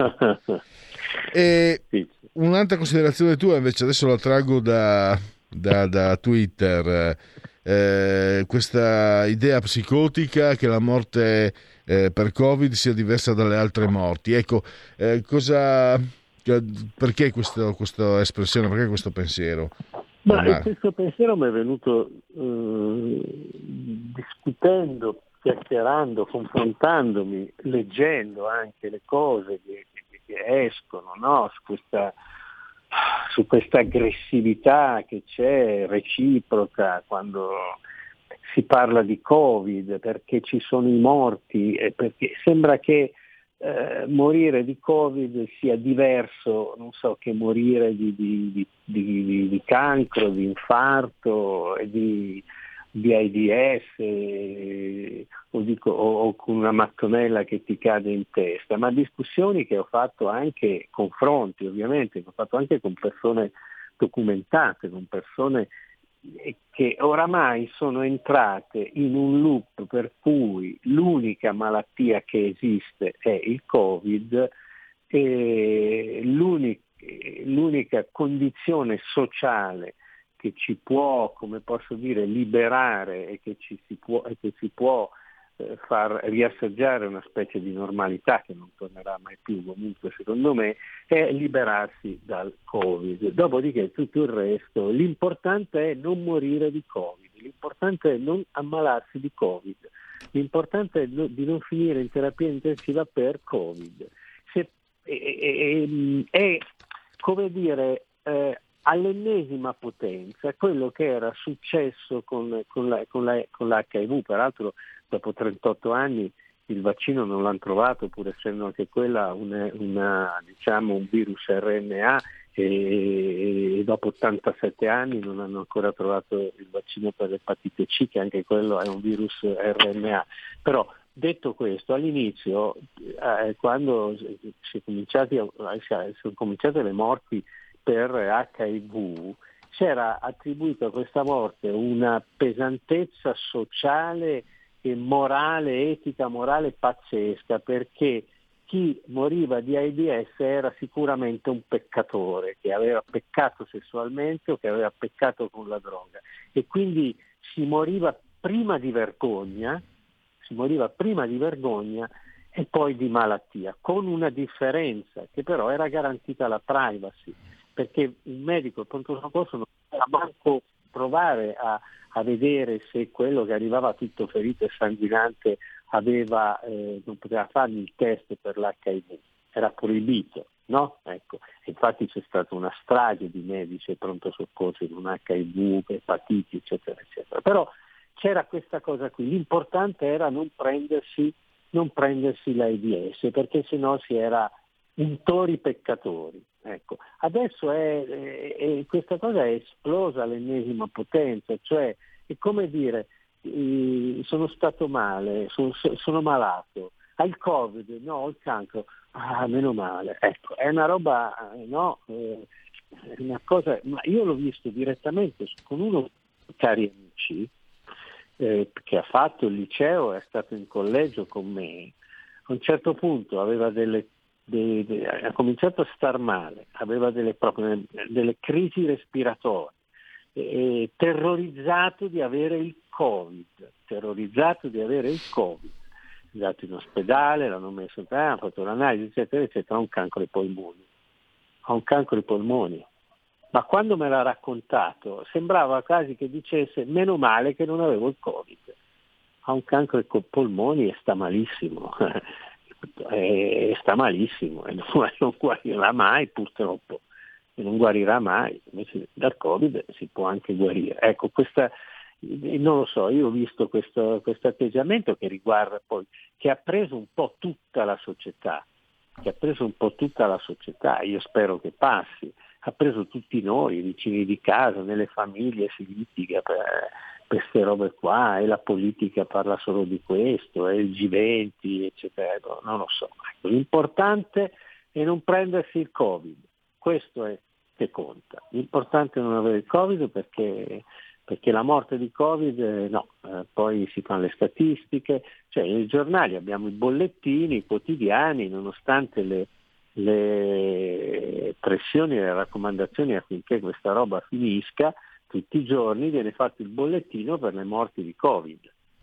E un'altra considerazione tua invece, adesso la traggo da Twitter, questa idea psicotica che la morte per Covid sia diversa dalle altre morti. Ecco, perché questa espressione, perché questo pensiero? Questo pensiero mi è venuto discutendo, chiacchierando, confrontandomi, leggendo anche le cose che escono, no? su questa aggressività che c'è reciproca quando si parla di Covid, perché ci sono i morti e perché sembra che morire di Covid sia diverso, non so, che morire di cancro, di infarto, di AIDS o con una mattonella che ti cade in testa, ma discussioni che ho fatto anche, confronti ovviamente, che ho fatto anche con persone documentate, con persone che oramai sono entrate in un loop per cui l'unica malattia che esiste è il Covid e l'unica condizione sociale che ci può, come posso dire, liberare e che ci si può far riassaggiare una specie di normalità che non tornerà mai più, comunque secondo me, è liberarsi dal Covid. Dopodiché tutto il resto, l'importante è non morire di Covid, l'importante è non ammalarsi di Covid. l'importante è di non finire in terapia intensiva per Covid. È come dire all'ennesima potenza quello che era successo con l'HIV. Peraltro dopo 38 anni il vaccino non l'hanno trovato, pur essendo anche quella un virus RNA, e dopo 87 anni non hanno ancora trovato il vaccino per l'epatite C, che anche quello è un virus RNA. Però detto questo, all'inizio quando sono cominciate le morti per HIV, c'era attribuito a questa morte una pesantezza sociale e morale, etica morale pazzesca, perché chi moriva di AIDS era sicuramente un peccatore, che aveva peccato sessualmente o che aveva peccato con la droga, e quindi si moriva prima di vergogna e poi di malattia, con una differenza, che però era garantita la privacy, perché il medico, il pronto soccorso, non poteva manco provare a vedere se quello che arrivava tutto ferito e sanguinante non poteva fargli il test per l'HIV, era proibito, no? Ecco. Infatti c'è stata una strage di medici e pronto soccorso con HIV, epatiti, eccetera, eccetera. Però c'era questa cosa qui, l'importante era non prendersi l'AIDS, perché sennò si era untori peccatori. Ecco. Adesso questa cosa è esplosa all'ennesima potenza, cioè è come dire sono stato male, sono malato, hai il Covid, no, ho il cancro, meno male. Ecco, è una roba, no, è una cosa, ma io l'ho visto direttamente con uno dei cari amici che ha fatto il liceo, è stato in collegio con me. A un certo punto aveva ha cominciato a star male, aveva delle crisi respiratorie, terrorizzato di avere il Covid, è andato in ospedale, l'hanno messo ha fatto l'analisi, eccetera, eccetera, ha un cancro ai polmoni. Ma quando me l'ha raccontato sembrava quasi che dicesse meno male che non avevo il Covid. Ha un cancro ai polmoni e sta malissimo. E non guarirà mai, purtroppo, e non guarirà mai. Invece dal Covid si può anche guarire. Ecco, non lo so, io ho visto questo atteggiamento che riguarda poi, che ha preso un po' tutta la società, io spero che passi, ha preso tutti noi, i vicini di casa, nelle famiglie si litiga per queste robe qua, e la politica parla solo di questo, e il G20, eccetera, non lo so. Ecco, l'importante è non prendersi il Covid, questo è che conta. L'importante è non avere il Covid perché la morte di Covid, poi si fanno le statistiche, cioè nei giornali abbiamo i bollettini quotidiani, nonostante le pressioni e le raccomandazioni affinché questa roba finisca, tutti i giorni viene fatto il bollettino per le morti di Covid.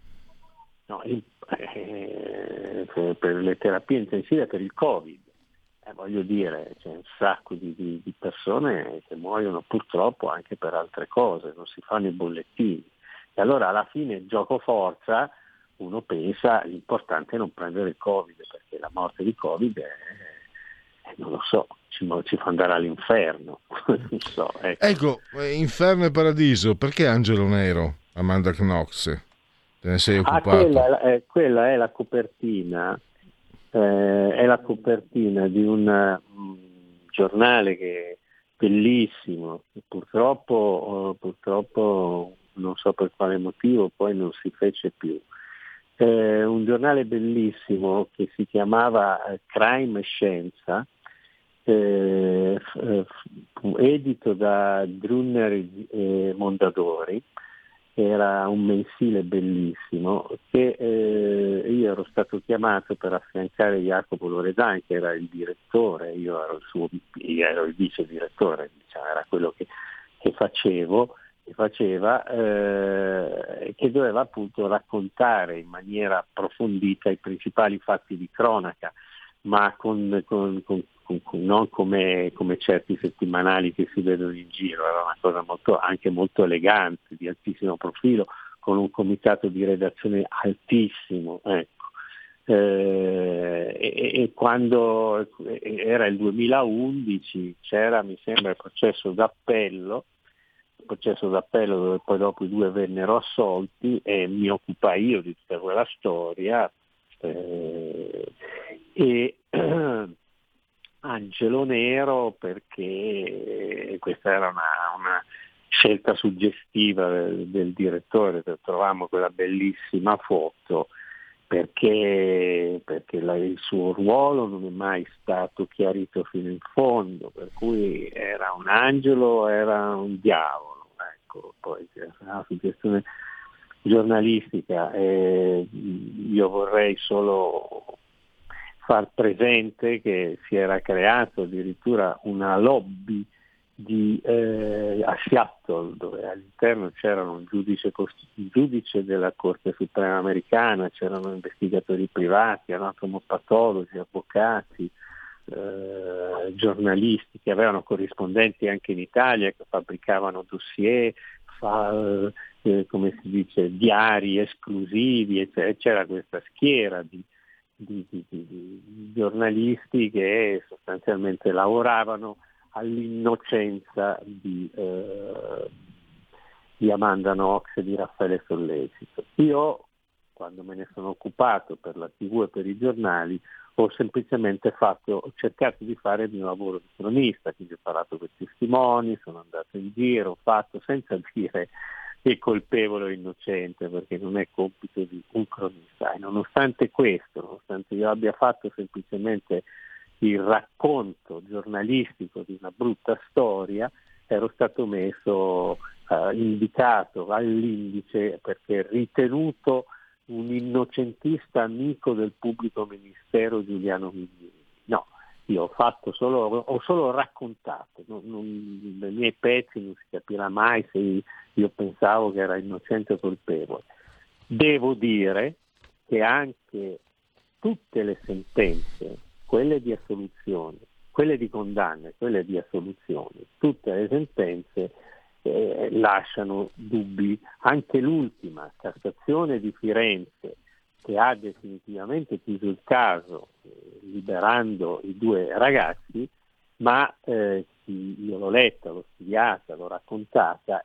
Per le terapie intensive per il Covid. Voglio dire, c'è un sacco di persone che muoiono purtroppo anche per altre cose, non si fanno i bollettini. E allora alla fine, gioco forza, uno pensa l'importante è non prendere il Covid, perché la morte di Covid non lo so, ci fa andare all'inferno. Non so, ecco, inferno e paradiso, perché Angelo Nero, Amanda Knox? Te ne sei occupato? Quella è la copertina. È la copertina di un giornale che è bellissimo, purtroppo non so per quale motivo poi non si fece più. Un giornale bellissimo che si chiamava Crime e Scienza, edito da Brunner e Mondadori. Era un mensile bellissimo che io ero stato chiamato per affiancare Jacopo Loredan, che era il direttore, io ero il vice direttore, diciamo, era quello che faceva, che doveva appunto raccontare in maniera approfondita i principali fatti di cronaca, ma non come certi settimanali che si vedono in giro. Era una cosa anche molto elegante, di altissimo profilo, con un comitato di redazione altissimo, ecco. E quando era il 2011 c'era, mi sembra, il processo d'appello dove poi dopo i due vennero assolti e mi occupai io di tutta quella storia, e Angelo Nero, perché questa era una scelta suggestiva del direttore, trovavamo quella bellissima foto, perché il suo ruolo non è mai stato chiarito fino in fondo, per cui era un angelo, era un diavolo, ecco. Poi c'era una suggestione giornalistica, io vorrei solo far presente che si era creato addirittura una lobby a Seattle, dove all'interno c'erano un giudice della Corte Suprema americana, c'erano investigatori privati, anatomopatologi, avvocati, giornalisti che avevano corrispondenti anche in Italia, che fabbricavano dossier, come si dice, diari esclusivi, eccetera. C'era questa schiera di giornalisti che sostanzialmente lavoravano all'innocenza di Amanda Knox e di Raffaele Sollecito. Io, quando me ne sono occupato per la TV e per i giornali, ho semplicemente ho cercato di fare il mio lavoro di cronista, quindi ho parlato con i testimoni, sono andato in giro, ho fatto, senza dire che è colpevole o innocente, perché non è compito di un cronista. E nonostante questo, nonostante io abbia fatto semplicemente il racconto giornalistico di una brutta storia, ero stato messo indicato all'indice perché ritenuto un innocentista amico del pubblico ministero Giuliano Mignini. No, io ho solo raccontato, nei miei pezzi non si capirà mai se io pensavo che era innocente o colpevole. Devo dire che anche tutte le sentenze, quelle di assoluzione, quelle di condanne, quelle di assoluzione, tutte le sentenze lasciano dubbi. Anche l'ultima, Cassazione di Firenze, che ha definitivamente chiuso il caso, liberando i due ragazzi, ma io l'ho letta, l'ho studiata, l'ho raccontata,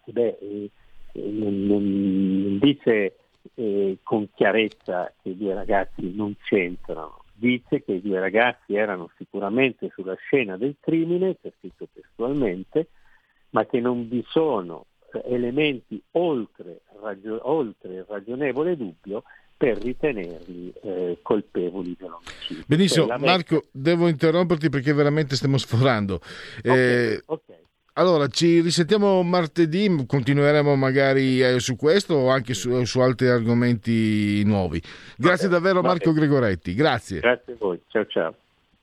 non dice con chiarezza che i due ragazzi non c'entrano. Dice che i due ragazzi erano sicuramente sulla scena del crimine, c'è scritto testualmente, ma che non vi sono elementi oltre il ragionevole dubbio per ritenerli colpevoli dell'omicidio. Benissimo, Marco, devo interromperti perché veramente stiamo sforando. Okay. Allora, ci risentiamo martedì, continueremo magari su questo o anche su altri argomenti nuovi. Grazie davvero Marco Gregoretti, grazie. Grazie a voi, ciao.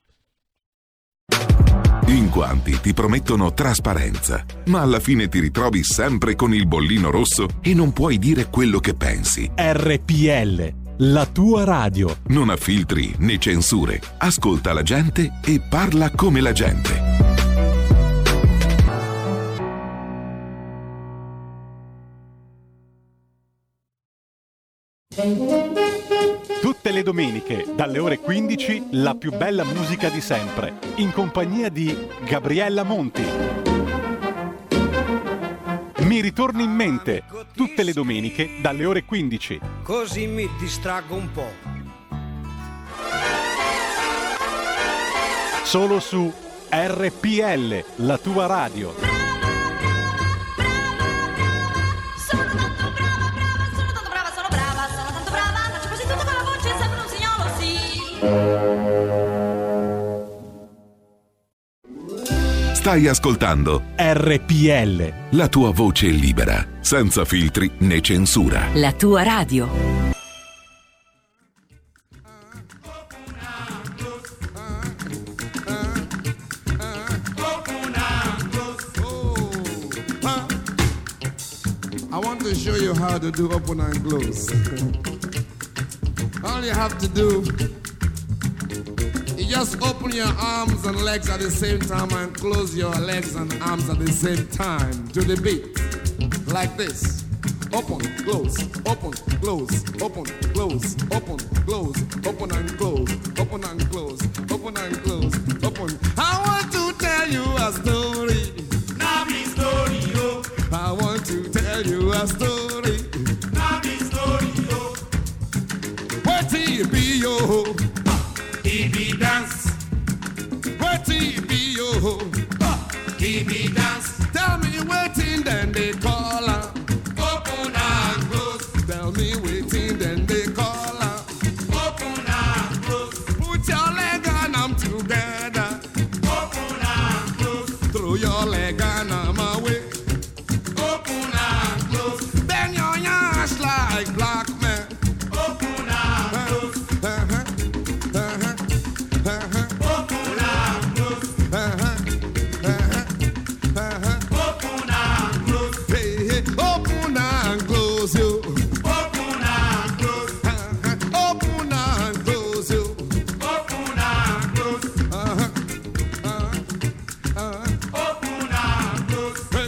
In quanti ti promettono trasparenza, ma alla fine ti ritrovi sempre con il bollino rosso e non puoi dire quello che pensi. RPL, la tua radio. Non ha filtri né censure. Ascolta la gente e parla come la gente. Tutte le domeniche, dalle ore 15, la più bella musica di sempre, in compagnia di Gabriella Monti. Mi ritorni in mente, tutte le domeniche, dalle ore 15. Così mi distraggo un po'. Solo su RPL, la tua radio. Stai ascoltando RPL, la tua voce libera, senza filtri né censura. La tua radio. I want to show you how to do open and close. All you have to do, you just open your arms and legs at the same time and close your legs and arms at the same time to the beat, like this. open, close, open, close, open, close, open, close, open and close, open and close, open and close, open. I want to tell you a story. Nabi story, yo. I want to tell you a story. Nabi story, yo. What he be, yo? He be dance. What he be, yo? He be dance. Tell me waiting, then they call her. Open and close. Tell me waiting, then they call her. Open and close. Put your leg and I'm together. Open and close. Throw your leg and I'm away. Open and close. Bend your ass like black man. Open and close. Open and close. Open and close. Hey, hey, open and close you. Open and close. Open and close you. Open and close. Open and close. Hey.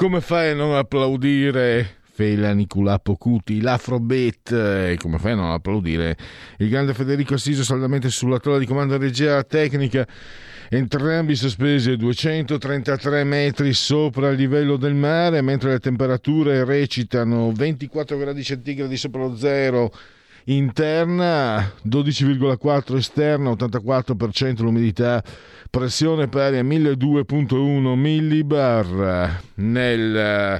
Come fai a non applaudire Fela Niculapo Cuti, l'Afrobeat? Come fai a non applaudire il grande Federico Assiso saldamente sulla tolla di comando regia tecnica, entrambi sospesi a 233 metri sopra il livello del mare, mentre le temperature recitano 24 gradi centigradi sopra lo zero interna, 12,4 esterna, 84% l'umidità, pressione pari a 1200,1 millibar. Nel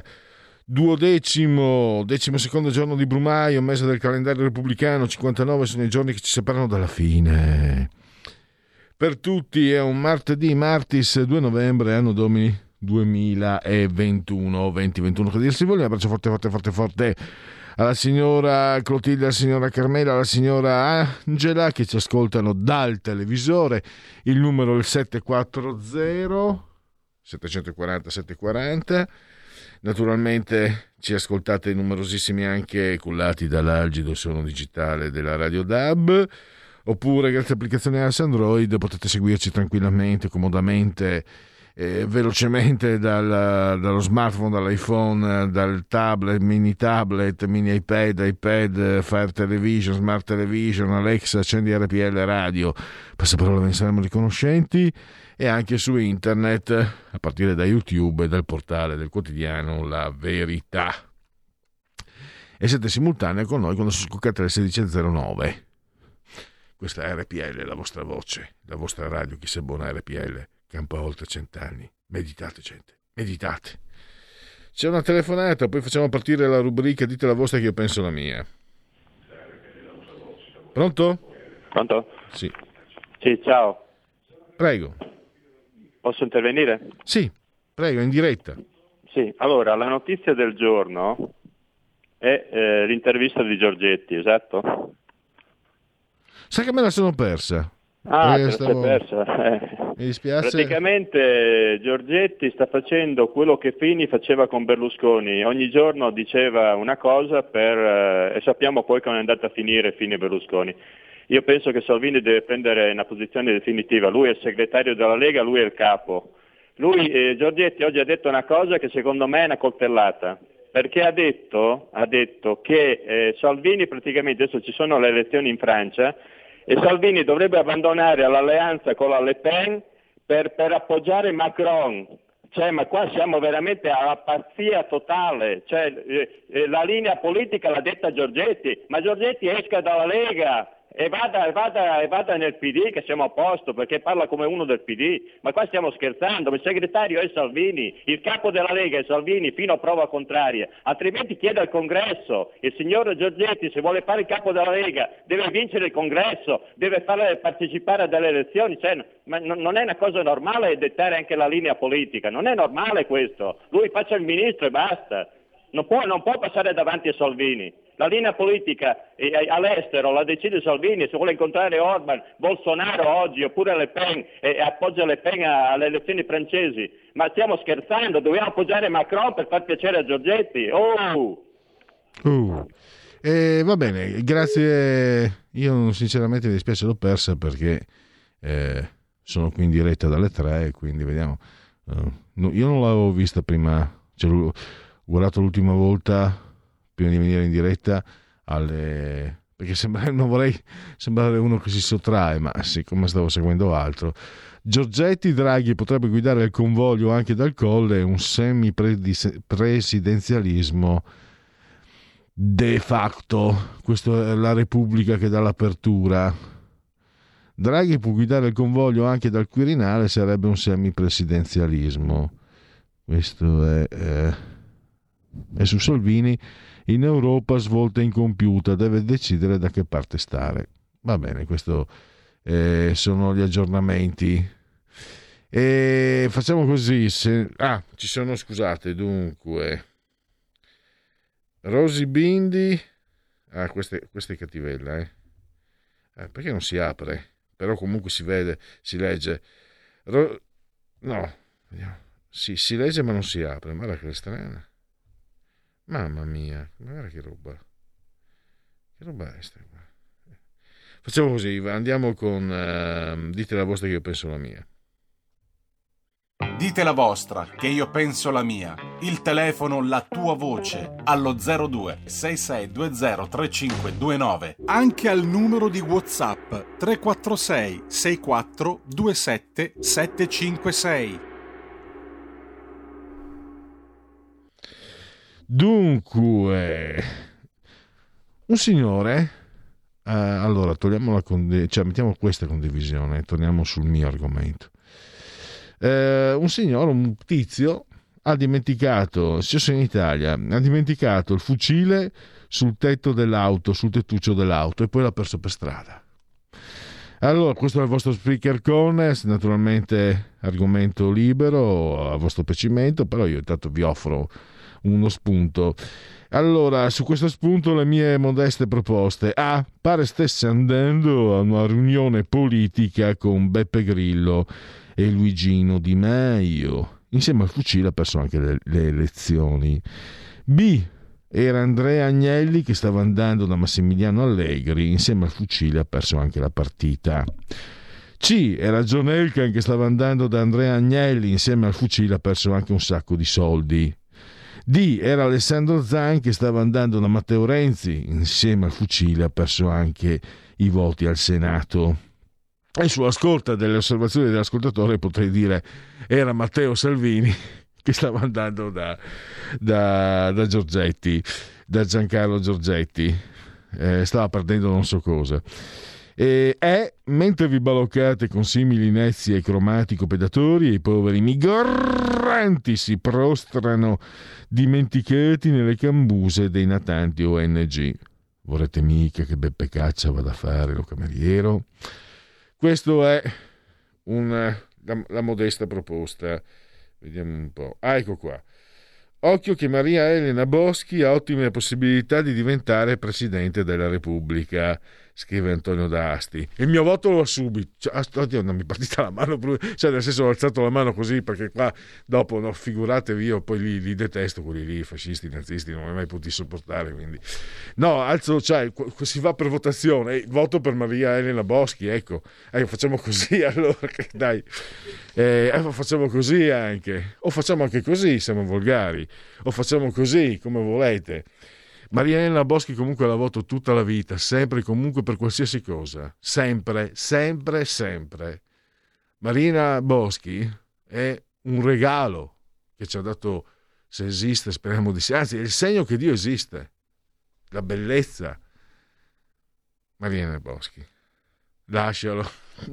decimo secondo giorno di Brumaio, mese del calendario repubblicano, 59 sono i giorni che ci separano dalla fine. Per tutti è un martedì, martis 2 novembre, anno domini 2021, 2021 che dir si vuole. Un abbraccio forte alla signora Clotilde, alla signora Carmela, alla signora Angela che ci ascoltano dal televisore. Il numero è il 740 740 740. Naturalmente ci ascoltate numerosissimi anche cullati dall'algido suono digitale della Radio DAB, oppure grazie all'applicazione iOS Android potete seguirci tranquillamente, comodamente, velocemente dallo smartphone, dall'iPhone, dal tablet, mini iPad, Fire Television, Smart Television, Alexa, accendi RPL Radio, passaparola, ve ne saremo riconoscenti, e anche su internet a partire da YouTube e dal portale del quotidiano La Verità. E siete simultanei con noi quando si scoccate alle 16.09. Questa è RPL, la vostra voce, la vostra radio, chi se buona RPL campa oltre 100 anni. Meditate, gente, meditate. C'è una telefonata, poi facciamo partire la rubrica Dite la vostra che io penso la mia. Pronto? Pronto? Sì. Sì, ciao. Prego. Posso intervenire? Sì, prego, in diretta. Sì, allora, la notizia del giorno è l'intervista di Giorgetti, esatto? Sai che me la sono persa. Ah, te la sei persa. Mi dispiace. Praticamente Giorgetti sta facendo quello che Fini faceva con Berlusconi, ogni giorno diceva una cosa e sappiamo poi come è andata a finire Fini e Berlusconi. Io penso che Salvini deve prendere una posizione definitiva, lui è il segretario della Lega, lui è il capo. Giorgetti oggi ha detto una cosa che secondo me è una coltellata, perché ha detto che Salvini praticamente, adesso ci sono le elezioni in Francia, e Salvini dovrebbe abbandonare l'alleanza con la Le Pen per appoggiare Macron. Cioè, ma qua siamo veramente alla pazzia totale. Cioè, la linea politica l'ha detta Giorgetti, ma Giorgetti esca dalla Lega e vada nel PD, che siamo a posto, perché parla come uno del PD. Ma qua stiamo scherzando, il segretario è Salvini, il capo della Lega è Salvini fino a prova contraria, altrimenti chiede al Congresso. Il signor Giorgetti, se vuole fare il capo della Lega, deve vincere il Congresso, deve farle partecipare a delle elezioni. Cioè, ma non è una cosa normale dettare anche la linea politica, non è normale questo. Lui faccia il ministro e basta, non può passare davanti a Salvini. La linea politica all'estero la decide Salvini, se vuole incontrare Orban, Bolsonaro oggi, oppure Le Pen, e appoggia Le Pen alle elezioni francesi. Ma stiamo scherzando, dobbiamo appoggiare Macron per far piacere a Giorgetti? Va bene, grazie. Io sinceramente mi dispiace, l'ho persa perché sono qui in diretta dalle 3, quindi vediamo. Io non l'avevo vista prima, ho guardato l'ultima volta prima di venire in diretta perché non vorrei sembrare uno che si sottrae, ma siccome stavo seguendo altro. Giorgetti, Draghi potrebbe guidare il convoglio anche dal Colle, un semipresidenzialismo de facto. Questa è la Repubblica che dà l'apertura. Draghi può guidare il convoglio anche dal Quirinale, sarebbe un semipresidenzialismo. Questo è su Salvini. In Europa svolta incompiuta, deve decidere da che parte stare. Va bene, questo sono gli aggiornamenti. E facciamo così. Ci sono, scusate, dunque. Rosy Bindi. Questa è cattivella, perché non si apre? Però comunque si vede, si legge. No, si legge ma non si apre. Guarda che è strana. Mamma mia, guarda che roba è sta qua. Facciamo così, andiamo con Dite la vostra che io penso la mia. Dite la vostra, che io penso la mia. Il telefono, la tua voce, allo 02 6620 3529. Anche al numero di WhatsApp 346 64 27 756. Dunque, un signore, allora togliamo mettiamo questa condivisione, torniamo sul mio argomento. Un signore, un tizio, ha dimenticato, se sono in Italia, ha dimenticato il fucile sul tetto dell'auto, sul tettuccio dell'auto, e poi l'ha perso per strada. Allora, questo è il vostro speaker Corners, naturalmente argomento libero a vostro piacimento, però io intanto vi offro uno spunto. Allora, su questo spunto le mie modeste proposte. Pare stesse andando a una riunione politica con Beppe Grillo e Luigino Di Maio. Insieme al fucile ha perso anche le elezioni. B, era Andrea Agnelli che stava andando da Massimiliano Allegri. Insieme al fucile ha perso anche la partita. C, era John Elkann che stava andando da Andrea Agnelli. Insieme al fucile ha perso anche un sacco di soldi. D, era Alessandro Zan che stava andando da Matteo Renzi. Insieme al fucile ha perso anche i voti al Senato. E sulla scorta delle osservazioni dell'ascoltatore potrei dire era Matteo Salvini che stava andando da Giorgetti, da Giancarlo Giorgetti, stava perdendo non so cosa. Mentre vi baloccate con simili inezie ai cromatico-pedatori, i poveri migranti si prostrano dimenticati nelle cambuse dei natanti ONG. Vorrete mica che Beppe Caccia vada a fare lo cameriero? Questo è la modesta proposta. Vediamo un po'. Ecco qua. Occhio che Maria Elena Boschi ha ottime possibilità di diventare Presidente della Repubblica, scrive Antonio D'Asti. Il mio voto lo ha subito. Oddio, non mi è partita la mano, nel senso ho alzato la mano così, perché qua dopo, no, figuratevi, io poi li detesto quelli lì, fascisti, nazisti, non li ho mai potuti sopportare, quindi no, si va per votazione, voto per Maria Elena Boschi, ecco, facciamo così allora, dai, facciamo così anche, o facciamo anche così, siamo volgari, o facciamo così, come volete. Maria Elena Boschi comunque la voto tutta la vita, sempre e comunque per qualsiasi cosa, sempre. Marina Boschi è un regalo che ci ha dato, se esiste, speriamo di sì, anzi è il segno che Dio esiste, la bellezza. Marina Boschi, lascialo.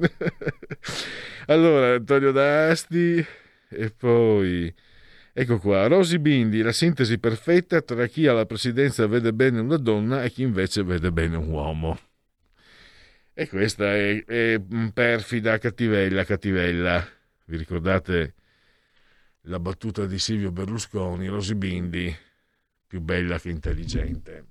Allora, Antonio D'Asti, e poi ecco qua, Rosy Bindi, la sintesi perfetta tra chi alla presidenza vede bene una donna e chi invece vede bene un uomo. E questa è perfida cattivella. Vi ricordate la battuta di Silvio Berlusconi? Rosy Bindi, più bella che intelligente.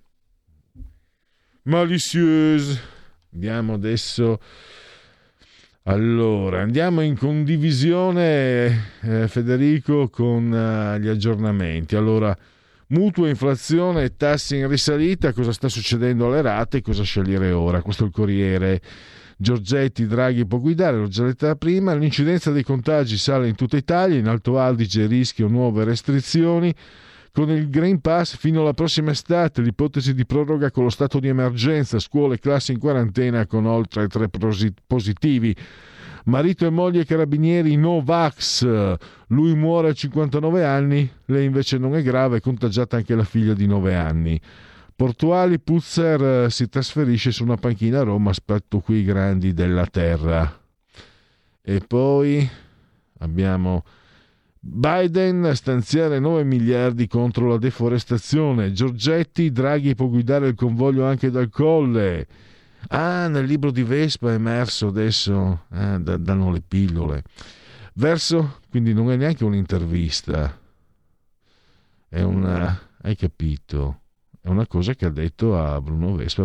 Malicieuse. Andiamo adesso... Allora, andiamo in condivisione, Federico, con gli aggiornamenti. Allora, mutuo, inflazione e tassi in risalita, cosa sta succedendo alle rate e cosa scegliere ora? Questo è il Corriere. Giorgetti, Draghi può guidare, l'ho già letta prima. L'incidenza dei contagi sale in tutta Italia, in Alto Adige rischio nuove restrizioni. Con il Green Pass fino alla prossima estate, l'ipotesi di proroga con lo stato di emergenza, scuole e classi in quarantena con oltre 3 positivi. Marito e moglie carabinieri no vax, lui muore a 59 anni, lei invece non è grave, è contagiata anche la figlia di 9 anni. Portuali, Puzzer si trasferisce su una panchina a Roma, aspetto qui i grandi della terra. E poi abbiamo... Biden stanziare 9 miliardi contro la deforestazione. Giorgetti, Draghi può guidare il convoglio anche dal Colle. Nel libro di Vespa è emerso adesso, danno le pillole. Quindi non è neanche un'intervista, è hai capito? È una cosa che ha detto a Bruno Vespa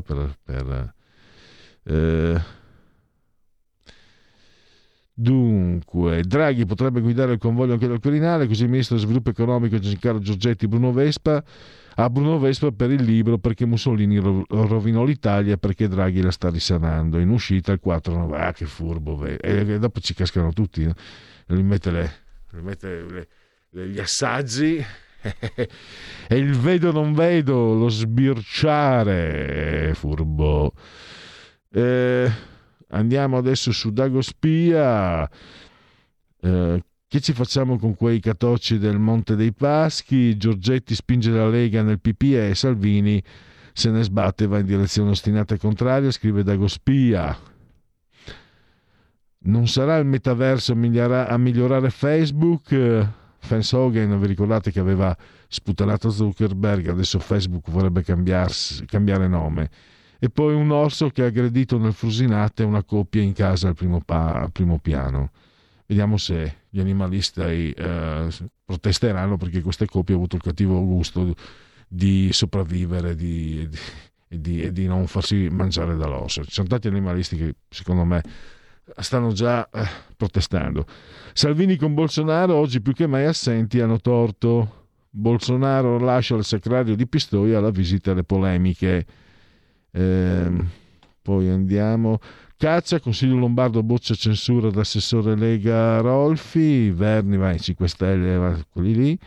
Dunque, Draghi potrebbe guidare il convoglio anche dal Quirinale, così il ministro dello sviluppo economico Giancarlo Giorgetti Bruno Vespa per il libro Perché Mussolini rovinò l'Italia, perché Draghi la sta risanando, in uscita il 4 novembre. Che furbo, e dopo ci cascano tutti, li mette mette gli assaggi e il vedo non vedo, lo sbirciare, furbo. Andiamo adesso su Dagospia. Che ci facciamo con quei catocci del Monte dei Paschi? Giorgetti spinge la Lega nel PPE, Salvini se ne sbatte e va in direzione ostinata e contraria, scrive Dagospia. Non sarà il metaverso a migliorare Facebook? Fans Hogan, vi ricordate che aveva sputanato Zuckerberg, adesso Facebook vorrebbe cambiare nome. E poi un orso che ha aggredito nel Frusinate una coppia in casa al primo piano. Vediamo se gli animalisti protesteranno perché queste coppie hanno avuto il cattivo gusto di sopravvivere e di non farsi mangiare dall'osso. Ci sono tanti animalisti che secondo me stanno già protestando. Salvini con Bolsonaro oggi più che mai assenti hanno torto. Bolsonaro lascia il sacrario di Pistoia alla visita alle polemiche. Poi andiamo. Caccia, Consiglio Lombardo boccia censura d'assessore Lega Rolfi, Verni vai 5 Stelle, quelli lì.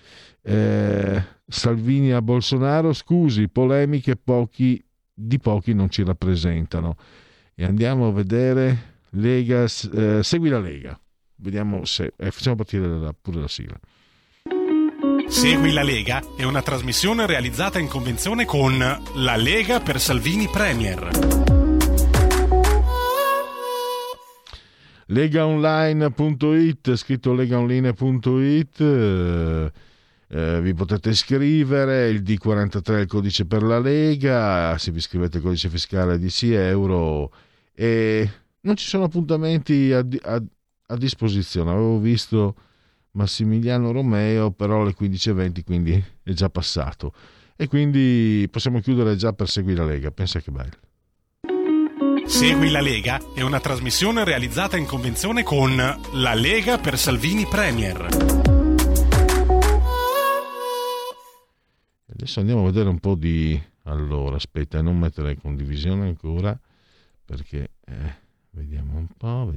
Salvini a Bolsonaro, scusi, polemiche di pochi non ci rappresentano. E andiamo a vedere Lega, segui la Lega, vediamo se facciamo partire pure la sigla. Segui la Lega è una trasmissione realizzata in convenzione con la Lega per Salvini Premier. Legaonline.it, scritto legaonline.it, vi potete iscrivere, il D43 è il codice per la Lega, se vi iscrivete il codice fiscale 10 euro e non ci sono appuntamenti a disposizione. Avevo visto Massimiliano Romeo, però alle 15:20, quindi è già passato e quindi possiamo chiudere già per Segui la Lega. Pensa che bello. Segui la Lega è una trasmissione realizzata in convenzione con la Lega per Salvini Premier. Adesso andiamo a vedere un po' di... Allora, aspetta, non mettere condivisione ancora, perché vediamo un po'.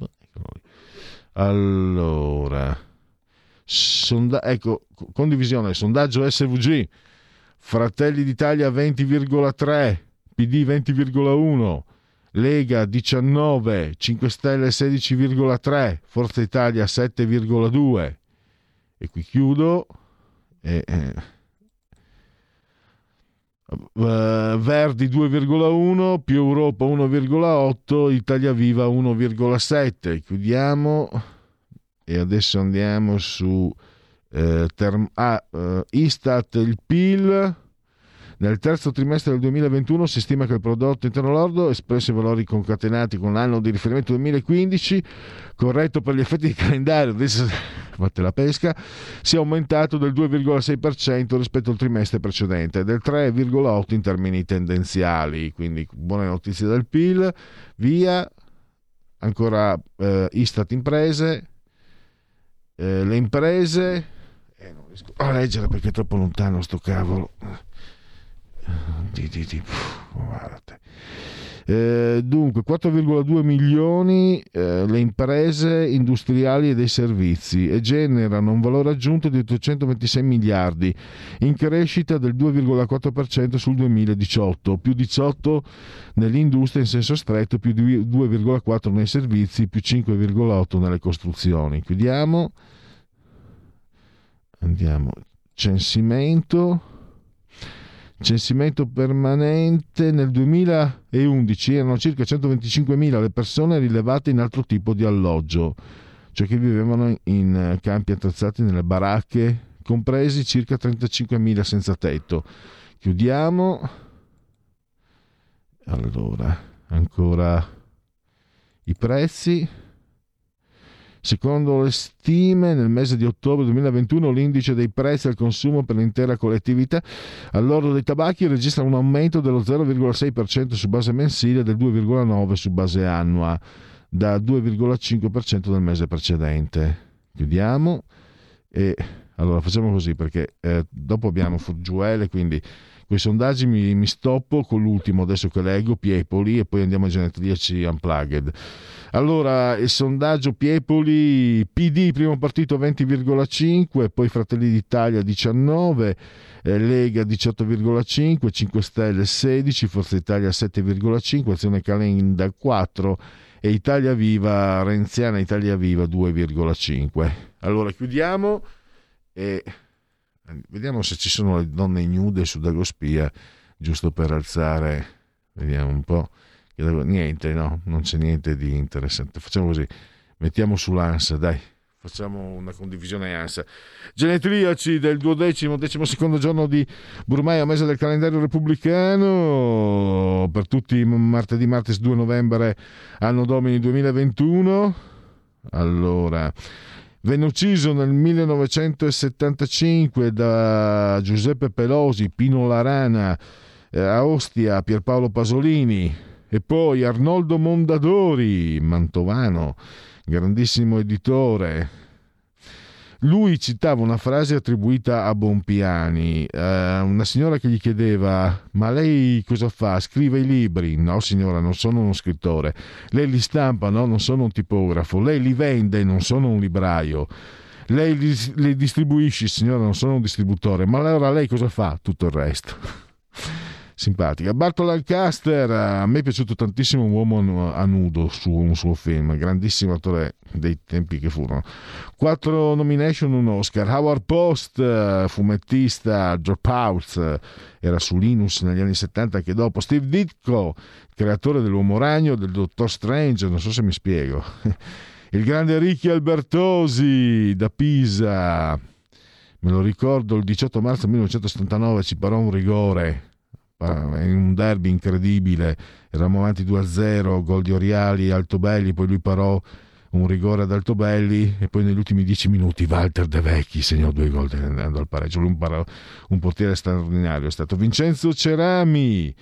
Allora, ecco, condivisione, sondaggio SVG, Fratelli d'Italia 20,3, PD 20,1, Lega 19, 5 Stelle 16,3, Forza Italia 7,2 e qui chiudo. Verdi 2,1, più Europa 1,8, Italia Viva 1,7. Chiudiamo e adesso andiamo su Istat, il PIL. Nel terzo trimestre del 2021 si stima che il prodotto interno lordo, espresso in valori concatenati con l'anno di riferimento 2015, corretto per gli effetti di calendario, fate la pesca, sia aumentato del 2,6% rispetto al trimestre precedente e del 3,8% in termini tendenziali. Quindi buone notizie del PIL. Via, ancora Istat imprese, le imprese, non riesco a leggere perché è troppo lontano sto cavolo. Dunque 4,2 milioni le imprese industriali e dei servizi e generano un valore aggiunto di 826 miliardi in crescita del 2,4% sul 2018, più 18 nell'industria in senso stretto, più 2,4 nei servizi, più 5,8 nelle costruzioni. Chiudiamo, andiamo, censimento permanente. Nel 2011 erano circa 125.000 le persone rilevate in altro tipo di alloggio, cioè che vivevano in campi attrezzati nelle baracche, compresi circa 35.000 senza tetto. Chiudiamo. Allora, ancora i prezzi. Secondo le stime, nel mese di ottobre 2021 l'indice dei prezzi al consumo per l'intera collettività all'ordo dei tabacchi registra un aumento dello 0,6% su base mensile e del 2,9% su base annua, da 2,5% del mese precedente. Chiudiamo e allora facciamo così perché dopo abbiamo Furgiuele, quindi Con i sondaggi mi stoppo con l'ultimo adesso che leggo, Piepoli, e poi andiamo a Genetriaci Unplugged. Allora, il sondaggio Piepoli, PD primo partito 20,5, poi Fratelli d'Italia 19, Lega 18,5, 5 Stelle 16, Forza Italia 7,5, Azione Calenda 4 e Italia Viva, Renziana Italia Viva 2,5. Allora chiudiamo e vediamo se ci sono le donne nude su Dagospia, giusto per alzare, vediamo un po'. Niente, no, non c'è niente di interessante. Facciamo così, mettiamo sull'ANSA, dai, facciamo una condivisione ANSA. Genetriaci del 12° giorno di Brumaio, mese del calendario repubblicano, per tutti martedì 2 novembre, anno domini 2021. Allora, venne ucciso nel 1975 da Giuseppe Pelosi, Pino Larana, a Ostia, Pierpaolo Pasolini. E poi Arnoldo Mondadori, mantovano, grandissimo editore. Lui citava una frase attribuita a Bompiani, una signora che gli chiedeva: ma lei cosa fa? Scrive i libri? No signora, non sono uno scrittore. Lei li stampa? No, non sono un tipografo. Lei li vende? Non sono un libraio. Lei li distribuisce? Signora, non sono un distributore. Ma allora lei cosa fa? Tutto il resto. Simpatica. Barton Lancaster, a me è piaciuto tantissimo Uomo a nudo, su un suo film, grandissimo attore dei tempi che furono. 4 nomination, un Oscar. Howard Post, fumettista, Dropout, era su Linus negli anni 70 anche dopo. Steve Ditko, creatore dell'Uomo Ragno, del Dottor Strange, non so se mi spiego. Il grande Ricky Albertosi da Pisa, me lo ricordo, il 18 marzo 1979 ci parò un rigore in un derby incredibile, eravamo avanti 2-0, gol di Oriali, Altobelli, poi lui parò un rigore ad Altobelli e poi negli ultimi 10 minuti Walter De Vecchi segnò 2 gol andando al pareggio. Lui un portiere straordinario è stato. Vincenzo Cerami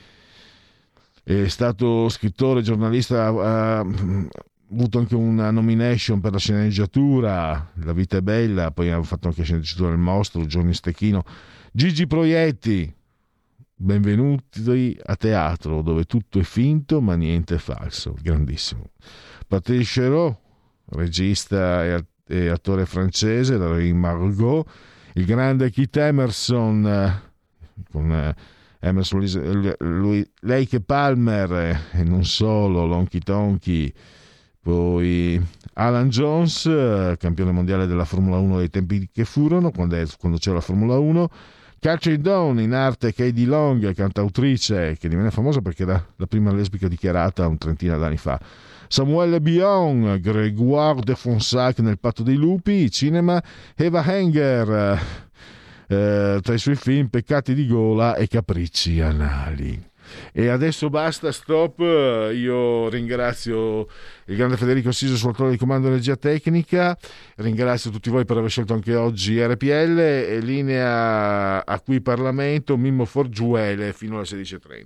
è stato scrittore, giornalista, ha avuto anche una nomination per la sceneggiatura La vita è bella, poi ha fatto anche la sceneggiatura del Mostro, Giorni Stecchino. Gigi Proietti, benvenuti a teatro dove tutto è finto ma niente è falso, grandissimo. Patrice Chéreau, regista e attore francese, da Margot. Il grande Keith Emerson, con Emerson, Lake Palmer e non solo, Lonky Tonky. Poi Alan Jones, campione mondiale della Formula 1 dei tempi che furono, quando c'era la Formula 1. Catherine Down, in arte Katie Long, cantautrice che divenne famosa perché era la prima lesbica dichiarata un trentina d'anni fa. Samuel Bion, Grégoire de Fonsac nel Patto dei Lupi, cinema. Eva Henger, tra i suoi film Peccati di gola e Capricci anali. E adesso basta, stop. Io ringrazio il grande Federico Siso, sull'autore di comando energia tecnica, ringrazio tutti voi per aver scelto anche oggi RPL, e linea a Qui Parlamento, Mimmo Forgiuele fino alle 16:30.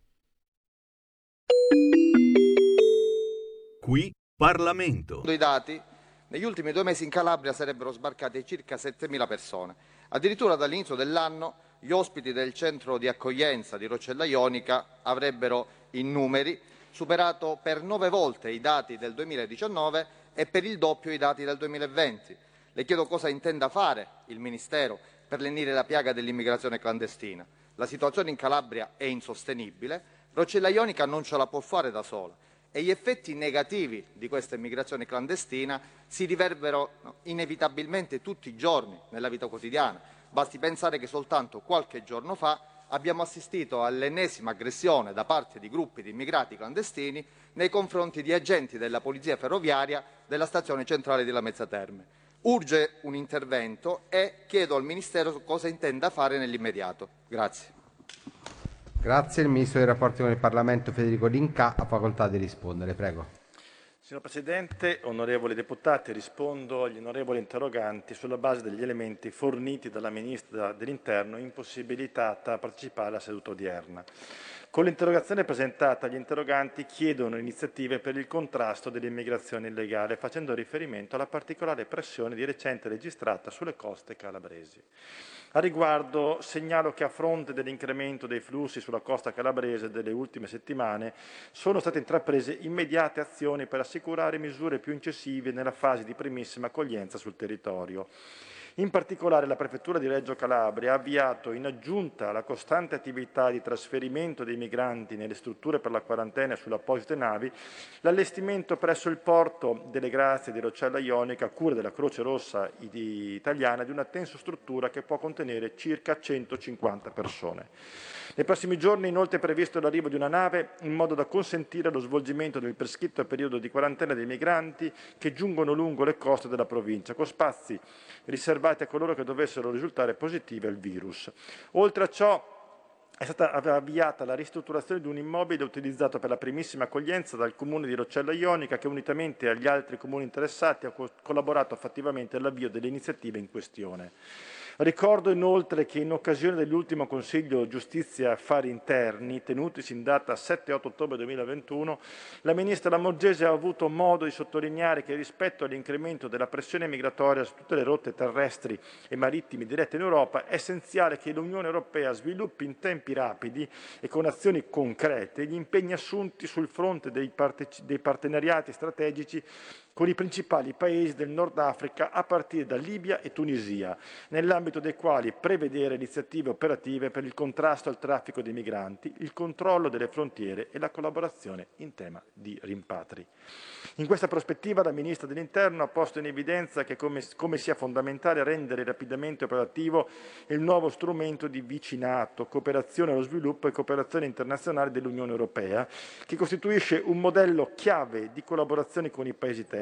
Qui Parlamento. I dati, negli ultimi 2 mesi in Calabria sarebbero sbarcate circa 7.000 persone. Addirittura dall'inizio dell'anno gli ospiti del centro di accoglienza di Rocella Ionica avrebbero in numeri superato per 9 volte i dati del 2019 e per il doppio i dati del 2020. Le chiedo cosa intenda fare il Ministero per lenire la piaga dell'immigrazione clandestina. La situazione in Calabria è insostenibile, Rocella Ionica non ce la può fare da sola e gli effetti negativi di questa immigrazione clandestina si riverberano inevitabilmente tutti i giorni nella vita quotidiana. Basti pensare che soltanto qualche giorno fa abbiamo assistito all'ennesima aggressione da parte di gruppi di immigrati clandestini nei confronti di agenti della polizia ferroviaria della stazione centrale di Lamezia Terme. Urge un intervento e chiedo al Ministero cosa intenda fare nell'immediato. Grazie. Grazie. Il Ministro dei Rapporti con il Parlamento Federico D'Incà ha facoltà di rispondere. Prego. Signor Presidente, onorevoli deputati, rispondo agli onorevoli interroganti sulla base degli elementi forniti dalla Ministra dell'Interno impossibilitata a partecipare alla seduta odierna. Con l'interrogazione presentata, gli interroganti chiedono iniziative per il contrasto dell'immigrazione illegale, facendo riferimento alla particolare pressione di recente registrata sulle coste calabresi. A riguardo segnalo che a fronte dell'incremento dei flussi sulla costa calabrese delle ultime settimane sono state intraprese immediate azioni per assicurare misure più incisive nella fase di primissima accoglienza sul territorio. In particolare la Prefettura di Reggio Calabria ha avviato, in aggiunta alla costante attività di trasferimento dei migranti nelle strutture per la quarantena sulle apposite navi, l'allestimento presso il porto delle Grazie di Rocella Ionica, a cura della Croce Rossa italiana, di una tensostruttura che può contenere circa 150 persone. Nei prossimi giorni inoltre è previsto l'arrivo di una nave in modo da consentire lo svolgimento del prescritto periodo di quarantena dei migranti che giungono lungo le coste della provincia, con spazi riservati a coloro che dovessero risultare positivi al virus. Oltre a ciò è stata avviata la ristrutturazione di un immobile utilizzato per la primissima accoglienza dal Comune di Rocella Ionica, che unitamente agli altri comuni interessati ha collaborato fattivamente all'avvio delle iniziative in questione. Ricordo inoltre che in occasione dell'ultimo Consiglio Giustizia e Affari Interni, tenutisi in data 7 e 8 ottobre 2021, la Ministra Lamorgese ha avuto modo di sottolineare che rispetto all'incremento della pressione migratoria su tutte le rotte terrestri e marittime dirette in Europa, è essenziale che l'Unione Europea sviluppi in tempi rapidi e con azioni concrete gli impegni assunti sul fronte dei partenariati strategici con i principali paesi del Nord Africa a partire da Libia e Tunisia, nell'ambito dei quali prevedere iniziative operative per il contrasto al traffico dei migranti, il controllo delle frontiere e la collaborazione in tema di rimpatri. In questa prospettiva la Ministra dell'Interno ha posto in evidenza che come sia fondamentale rendere rapidamente operativo il nuovo strumento di vicinato, cooperazione allo sviluppo e cooperazione internazionale dell'Unione Europea, che costituisce un modello chiave di collaborazione con i paesi terzi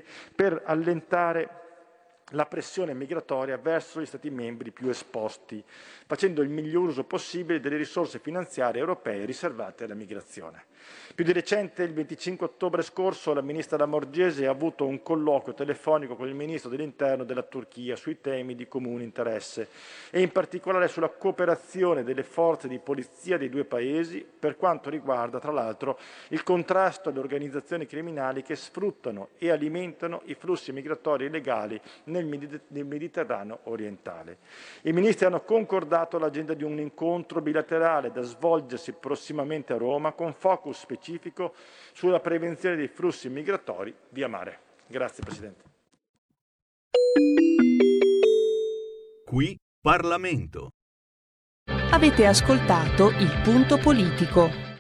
per allentare la pressione migratoria verso gli Stati membri più esposti, facendo il miglior uso possibile delle risorse finanziarie europee riservate alla migrazione. Più di recente, il 25 ottobre scorso, la Ministra Lamorgese ha avuto un colloquio telefonico con il Ministro dell'Interno della Turchia sui temi di comune interesse e in particolare sulla cooperazione delle forze di polizia dei due paesi per quanto riguarda, tra l'altro, il contrasto alle organizzazioni criminali che sfruttano e alimentano i flussi migratori illegali nel Mediterraneo orientale. I ministri hanno concordato l'agenda di un incontro bilaterale da svolgersi prossimamente a Roma con focus specifico sulla prevenzione dei flussi migratori via mare. Grazie Presidente. Qui Parlamento. Avete ascoltato Il Punto Politico.